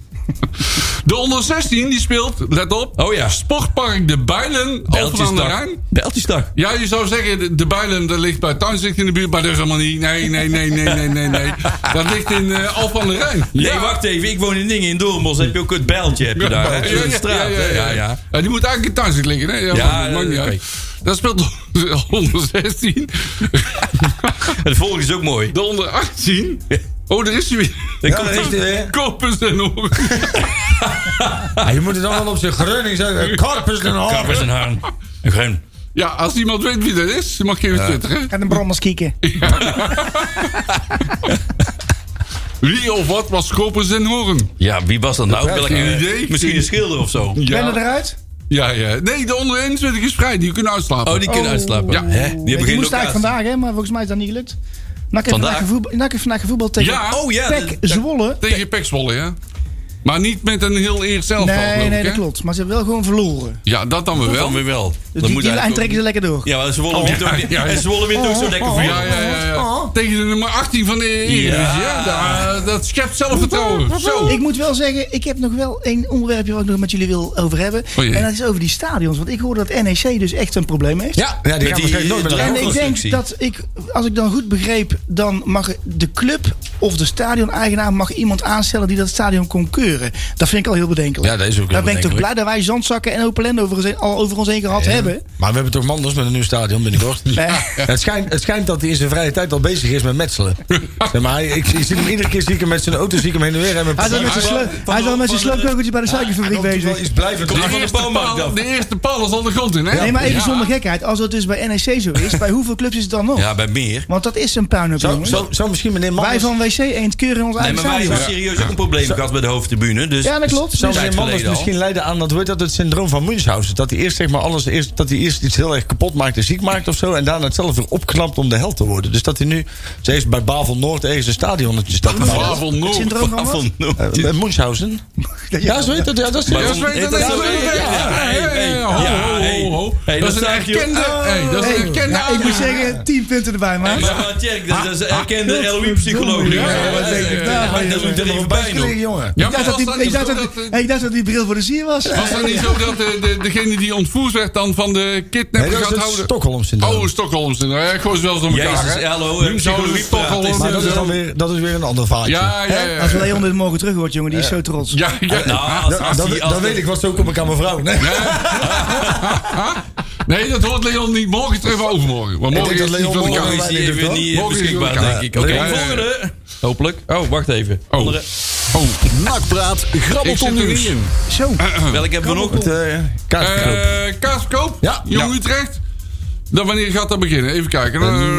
De onder zestien die speelt, let op. Oh ja. Sportpark De Bijlen, Alphen aan de Rijn. Beltjesdag. Ja, je zou zeggen, de, de Bijlen dat ligt bij Tuinzicht in de buurt, maar dat is helemaal niet. Nee, nee, nee, nee, nee, nee, nee. Dat ligt in uh, Alphen aan de Rijn. Nee, Ja. wacht even. Ik woon in Dingen in Doornbos. Heb je ook het bijltje heb je daar. Dat is een straat. Ja, hè? ja, ja, ja. Ja, die moet eigenlijk in Tuinzicht liggen, hè? Ja, Ja, maar dat maakt niet oké. uit. Dat speelt de onder zestien. Het volgende is ook mooi. De onder achttien. Oh, daar is hij weer. Dan Ja, komt daar is die- hij weer. Kopers en oren. Ja, je moet het dan wel op zijn Groningen zeggen. Karpers en Kappers Harpers. en Haan. Een groen. Ja, als iemand weet wie dat is, mag je even twitteren. Ga de brommers kijken. Wie of wat was Schopers en Hoorn? Ja, wie was dat nou? Welke, geen idee. Misschien een schilder of zo. Ja. Ben er eruit? Ja, ja. Nee, de onder eenentwintig is vrij. Die kunnen uitslapen. Oh, die kunnen Oh. uitslapen. Ja. Hè? Die Die, hebben die geen moest eigenlijk locatie. vandaag, hè, maar volgens mij is dat niet gelukt. Nak heeft Vandaag? vandaag gevoetbal, Nak heeft vandaag gevoetbal tegen Ja. Oh ja. Pek de- Zwolle. Tegen Pek Zwolle, ja. Maar niet met een heel eerst zelf. Nee, nee, dat klopt. Maar ze hebben wel gewoon verloren. Ja, dat dan weer Dat wel. dan weer wel. Dus Dan die, moet die lijn eigenlijk trekken ze lekker door. Ja, maar Zwolle wint ook, ja, ja. en Zwolle wint ook zo lekker voor Ja, ja, ja, ja. Tegen de nummer achttien van de Eredivisie. Ja. Ja. Daar- dat schept zelfvertrouwen. Zo. Ik moet wel zeggen, ik heb nog wel één onderwerpje wat ik nog met jullie wil over hebben. Oh jee. En dat is over die stadions. Want ik hoorde dat N E C dus echt een probleem heeft. Ja, ja die gaan waarschijnlijk nooit meer de naar En huis. ik denk constructie. dat ik, als ik dan goed begreep, dan mag de club of de stadioneigenaar mag iemand aanstellen die dat stadion kon keuren. Dat vind ik al heel bedenkelijk. Ja, dat is ook heel Daar ben ik toch bedenkelijk. blij dat wij zandzakken en open over ons heen, al over ons heen gehad hebben. Maar we hebben toch Manders met een nieuw stadion binnenkort. Nee. Het, schijnt, het schijnt dat hij in zijn vrije tijd al bezig is met metselen. Zeg maar, hij- ik, ik zie hem iedere keer zie ik hem met zijn auto zie ik hem heen en weer. En met Hij is al met zijn van- slo- van- hij is al met zijn van de- sloopkogeltje bij de suikerfabriek Hij komt wel bezig. iets blijven Komt De van de eerste, bouwmarkt paal, af. de eerste paal is al de grond in, hè? Nee, maar even Ja. zonder gekheid. Als dat dus bij N E C zo is, bij hoeveel clubs is het dan nog? Ja, bij meer. Want dat is een puinhoop, Zo, jongens. zo, zo misschien meneer Wij Manders... van W C Eend keuren in ons Nee, eigen maar wij stadion. hebben serieus ook een probleem gehad bij de hoofdtribune. Dus Ja, dat klopt. Zou Een tijd meneer Manders geleden al. misschien leiden aan dat, hoe heet dat, het syndroom van Munchausen? Dat hij eerst zeg maar alles, eerst, dat hij eerst iets heel erg kapot maakt en ziek maakt of zo. En daarna het zelf weer opknapt om de held te worden. Dus dat hij nu, ze heeft bij Bavel Noord ergens een stadionnetje staat. Bavel Het Noord. syndroom van wat? Uh, Munchausen? Ja, zo heet dat. Ja, dat is Ja, dat weet Heet dat dat is zo? wel- Ja, ja, ja, ja, ja. Ho, ja, ho, hey. ho, ho. Hey, Dat is dat een staat hier- erkende... hey, dat is een Hey, erkende... ja, ik moet zeggen, tien punten erbij, man. Maar, maar Tjerk, dat is een erkende L O I-psycholoog. Ja, ja, wat denk ik daar? Dat doet er even bij nog. jongen. Ja, Ik maar dacht dat was dat die- ik niet dacht zo dat dat... die- ik dacht dat die bril voor de sier was. Was dat niet zo dat de, de, degene die ontvoerd werd dan van de Nee, kidnapper dat is gaat het houden? Stockholm-syndroom. Oh, Stockholm syndroom. Ja, gewoon zelfs door elkaar. Jezus, hè. hallo, Nu psychologie zouden Stockholm praten. Maar dat is dan syndroom- weer, dat is weer een ander vaartje. Ja, ja, ja. Als Leon dit morgen terug hoort, jongen, die is zo trots. Ja, ja. Nou, als, Dan, als dan, die- dan als weet de- ik wat zo kom ik aan mijn vrouw. Nee. Nee, dat hoort Leon niet. Morgen terug of overmorgen. Want morgen denk is dat hij Leon van de morgen Morgen kamer. is die even niet Morgen is hij beschikbaar, elkaar. denk ik. Oké, Ja, ja, ja. volgende. Hopelijk. Oh, wacht even. Oh. Andere. Oh, Nakpraat, ik grabbelton zit er niet nieuws. in. Zo. Welke hebben we nog? Het, uh, kaartverkoop. Eh Kaasverkoop? Ja. Jong Ja. Utrecht? Dan wanneer gaat dat beginnen? Even kijken.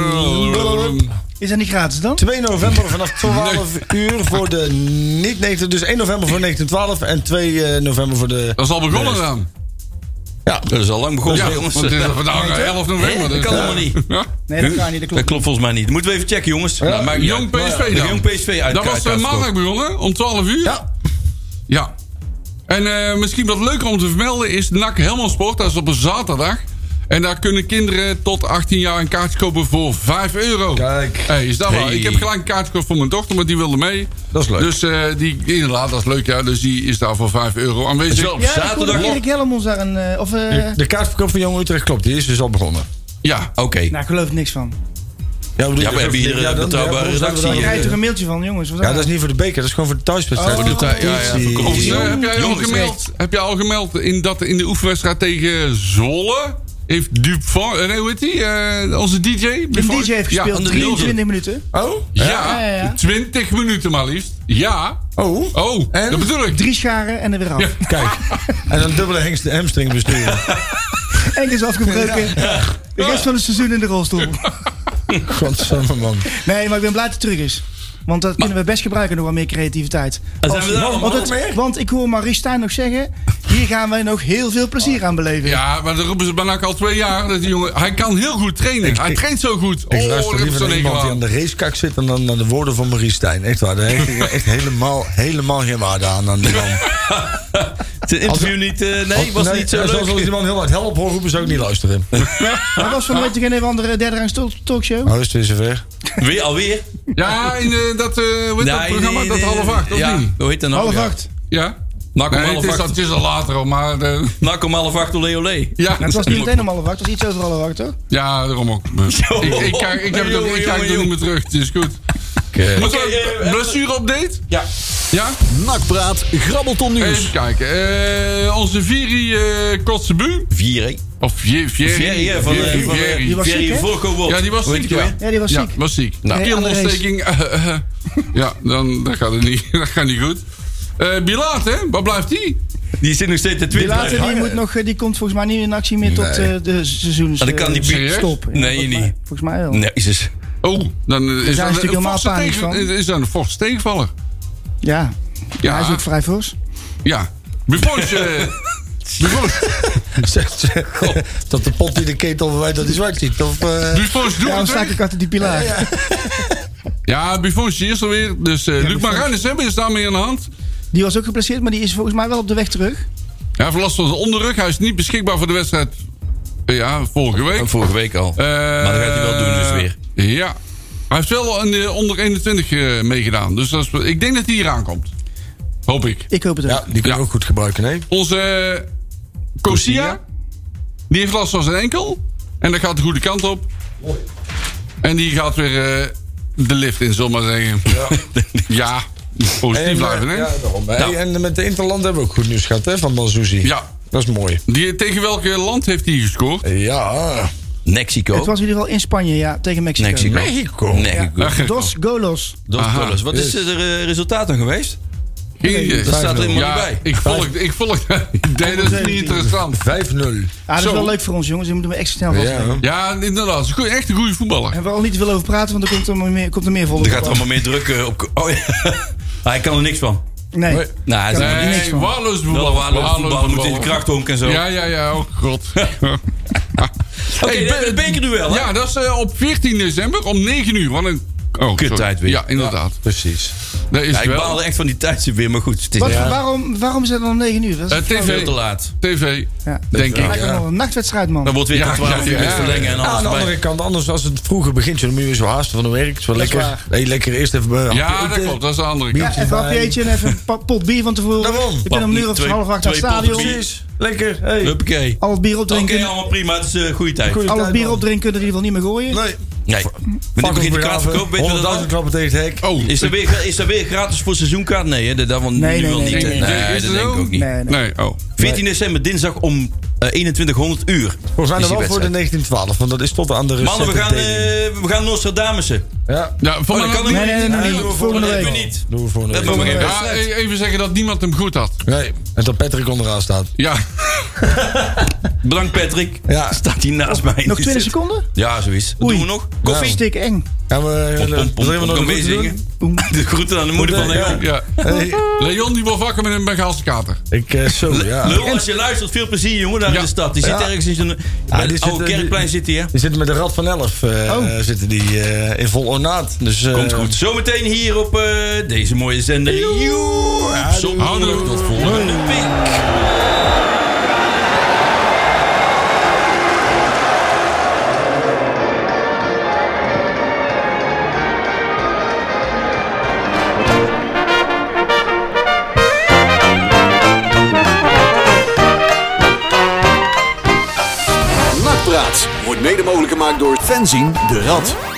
Is dat niet gratis dan? twee november vanaf twaalf uur voor de niet negentien. Dus één november voor negentien twaalf en twee november voor de... Dat is al begonnen dan. Ja, Dat is al lang begonnen, Ja, jongens. want het is vandaag elf november. Dat Dus kan helemaal niet. Ja. Nee, dat kan niet. Dat Dat klopt. klopt volgens mij niet. Moeten we even checken, jongens. Nou, maakt niet Jong uit. P S V De dan. Jong P S V uit Dat was uh, maandag begonnen, om twaalf uur. ja. Ja. En uh, misschien wat leuker om te vermelden is N A C Helmond Sport. Dat is op een zaterdag. En daar kunnen kinderen tot achttien jaar een kaartje kopen voor vijf euro. Kijk. Hey, is dat wel? Hey. Ik heb gelijk een kaartje gekocht voor mijn dochter, maar die wilde mee. Dat is leuk. Dus uh, die, inderdaad, dat is leuk, ja. Dus die is daar voor vijf euro aanwezig. Zo, op Ja, ik hoorde zaterdag. Erik Helmons daar een... eh, Of, eh, De, de kaartverkoop van Jong Utrecht klopt, die is dus al begonnen. Ja. Oké. nou, ik geloof er niks van. Ja, Ja, we hebben hier een betrouwbare redactie. Ik Ja, krijg toch een mailtje van, jongens. wat Ja, dan? dat is niet voor de beker, dat is gewoon voor de thuiswedstrijd. Oh, voor de thu- ja, ja, competitie. voor Of, uh, Jong- heb, jij al Jong gemeld, heb jij al gemeld in dat in de oefenwedstrijd tegen Zwolle heeft Dupont, uh, nee, hoe heet die? Uh, onze D J? De Dupont? D J heeft Ja, gespeeld, aan de drieëntwintig minuten. Oh? Ja, Ja, ja, ja. twintig minuten maar liefst. Ja. Oh? Oh, En? dat bedoel ik. Drie scharen en er weer af. Kijk. En een dubbele hengst- hamstring besturen. Enkels afgebroken. De rest van het seizoen in de rolstoel. Godsamme man. Nee, maar ik ben blij dat het terug is. Want dat kunnen we best gebruiken, nog wat meer creativiteit. En zijn we daar allemaal Want, het- want ik hoor Maurice Stijn nog zeggen... hier gaan wij nog heel veel plezier aan beleven. Ja, maar dat roepen ze bijna al twee jaar. Dat die jongen, hij kan heel goed trainen. Hij ik- traint zo goed. Ik Oh, luister daar heb ik liever zo'n naar hekel iemand die aan. aan de racekak zit... dan dan naar de woorden van Maurice Stijn. Echt waar, daar heb ik echt helemaal, helemaal geen waarde aan, aan die man. Het interview niet... eh, nee, was Nee, niet zo ja, zoals als leuk. die man heel hard help hoor roepen, zou ik niet luisteren. Maar was van de week toch een of andere derde rangs talk- talkshow? Nou is het weer zover. Weer, alweer? Ja, in eh, dat, eh, hoe heet dat Nee, programma? nee, dat nee, half acht, of ja, niet? hoe heet dat nou? Half Ja. acht. Ja? Nak om Nee, half het, is al, acht. het is al later al, maar... De, Nak om half acht, olé olé. ja, Nou, het was niet meteen om half acht, het was iets over half acht, toch? ja, daarom ook. Ik, ik, kijk, ik, heb het ook, ik kijk er niet meer terug, het is goed. Oké. Moeten Oké, we eh, een blessure-update? Ja. Ja? Nakpraat, grabbelton nieuws. Even kijken. Eh, onze Viri uh, Kotzebu. Vier, hè? Of Vieri. Vieri, hè, van de- Vieri, van de- Vieri. Die was Vieri ziek, hè? Volko Wold. Ja, die was Hoe heet ziek, die ja. weer? Ja, die was Ja, ziek. was ziek. Nou. Nee, andere Keelontsteking. eh, eh, ja, dan dat gaat het niet. Dat gaat niet goed. Eh Bilaat, hè? Waar blijft die? Die zit nog steeds te Die twitteren. later, die, moet nog, eh, die komt volgens mij niet in actie meer tot Nee. eh, de seizoens. Ah, dat kan eh, niet. Serieus? stop. Ja, Nee, volgens niet. mij- Volgens mij wel. Nee, Jezus. Oh, dan is Daar dat is een, natuurlijk helemaal forse paniek tegen, van. is dat een forse tegenvaller. Ja. Ja. Hij is ook vrij fors. Ja. Buffons... uh, Buffons... dat de pot in de ketel verwijt dat hij zwart ziet. Of, uh... Buffons doet Ja, dan het sta weg. ik achter die pilaar. Ja, ja. Ja, Buffons is er weer. Dus uh, Ja, Luc Buffons. Marijnis hebben is daarmee aan de hand. Die was ook geblesseerd, maar die is volgens mij wel op de weg terug. Hij heeft last van zijn onderrug. Hij is niet beschikbaar voor de wedstrijd. Uh, ja, vorige week. Vorige week al. Uh, maar dat gaat hij wel doen dus weer. Ja. Hij heeft wel een, uh, onder eenentwintig uh, meegedaan. Dus dat is, ik denk dat hij hier aankomt. Hoop ik. Ik hoop het ook. Ja, die kunnen we Ja. ook goed gebruiken, hè? Onze uh, Kosia, die heeft last van zijn enkel. En dat gaat de goede kant op. En die gaat weer uh, de lift in, zullen we maar zeggen. Ja, ja positief En, blijven, hè? Ja, daarom. Hey, Nou. en met de Interland hebben we ook goed nieuws gehad, hè? Van Manzouzi. Ja. Dat is mooi. Die, tegen welk land heeft hij gescoord? Ja. Mexico. Het was in ieder geval in Spanje, ja, tegen Mexico. Mexico. Mexico. Mexico. Dos golos. Dos Aha. goals. Wat is het uh, resultaat dan geweest? Geen idee. Dat staat er helemaal ja, niet bij. Ik volg, ik volg nee, dat is niet interessant. vijf nul. Ah, dat is Zo. wel leuk voor ons, jongens. Die moeten we extra snel Ja. vastleggen. Ja, inderdaad. Het is goed- echt een goede voetballer. En we al niet te veel over praten, want er komt er meer, komt er meer vol. Er gaat er allemaal meer druk uh, op. Oh ja. Hij kan er niks van. Nee. Nee. Nou, hij is Kan er helemaal niks Nee, van. waarloos wel voetballer. een waardeloos Waarloos voetballer. Moet in de voetballer. krachthonk en zo. Ja, ja, ja. Oh god. Oké, Hey, de- het bekerduel, hè? Ja, dat is uh, op veertien december om negen uur. Wat een oh, Kut sorry. tijd weer. Ja, inderdaad. Precies. Dat is Ja, het ik wel. baalde echt van die tijdstip weer, maar goed. Het is Wat, ja. waarom, waarom is het dan om negen uur? Dat is Eh, flauw. T V. veel te laat. T V, Ja. denk Lijkt ik. me wel een nachtwedstrijd, man. Dan wordt weer Ja, tot twaalf ja, uur ja, met ja. verlengen en Ja, aan alles de bij. andere kant, anders als het vroeger begint, dan moet je weer zo haasten van de werk. Het is wel Dat is lekker. waar. Hey, lekker eerst even uh, Ja, hapje dat eten. klopt. Dat is de andere Ja, kant. even een hapje eten en even een pa- pot bier van tevoren. Daarom. Ik ben om een uur of Twee- half acht naar het twee potten stadion. bier. Precies. Lekker. Hey. Huppakee. Al het bier Oké, opdrinken. allemaal prima. Het is een goede tijd. Goeie Al het tijd, bier man. opdrinken kunnen er in ieder geval niet meer gooien. Nee. Nee. Wanneer begint de kaartverkoop? Weet je dat honderdduizend al? klappen tegen het hek. Oh, Is dat, weer, is dat weer gratis voor seizoenkaart? Nee, hè? Dat, dat van Nee, nu nee, wel nee, niet. nee, hè? nee. Nee, Is dat het denk ik zo? ook niet. Nee, nee. nee, oh. veertien december, dinsdag om uh, eenentwintighonderd uur. We zijn is er die wel voor de wedstrijd. negentien twaalf, want dat is tot aan de Mannen, we gaan, receptendeling. uh, we gaan Nostradamussen. Ja, Ja, van Oh, dat mij- kan Nee, nee, nee, niet. nee, Nee, nee. we Volgende Dat week. hebben we niet. doen we voor Dat een doen we geen Ja, wedstrijd. e- even zeggen dat niemand hem goed had. Nee, en dat Patrick onderaan staat. Ja, Bedankt Patrick. Ja. Staat hier naast mij. Nog twintig seconden? Ja, zo is. Wat Oei. doen we nog? Koffie? Koffie? Stik eng. Gaan we Pom, pom, pom, zullen we pom. nog Kan een groeten meezingen. doen? De groeten aan de moeder van Ja. Leon. ja. Hey, Leon die wordt wakker met een Bengaalse kater. ik, eh, zo, ja. Lul, als je luistert, veel plezier jongen daar Ja. in de stad. Die zit Ja. ergens in zo'n... Ja, bij die het oude zit, eh, Kerkplein die- zit hij, hè? Die zitten met de Rad van Elf eh, Oh. eh, zitten die, eh, in vol ornaat. Dus, eh, Komt goed. Zometeen hier op eh, deze mooie zender. Joe. Zondag Houdoe. tot volgende week. Nakpraat wordt mede mogelijk gemaakt door Fenzin de Rad.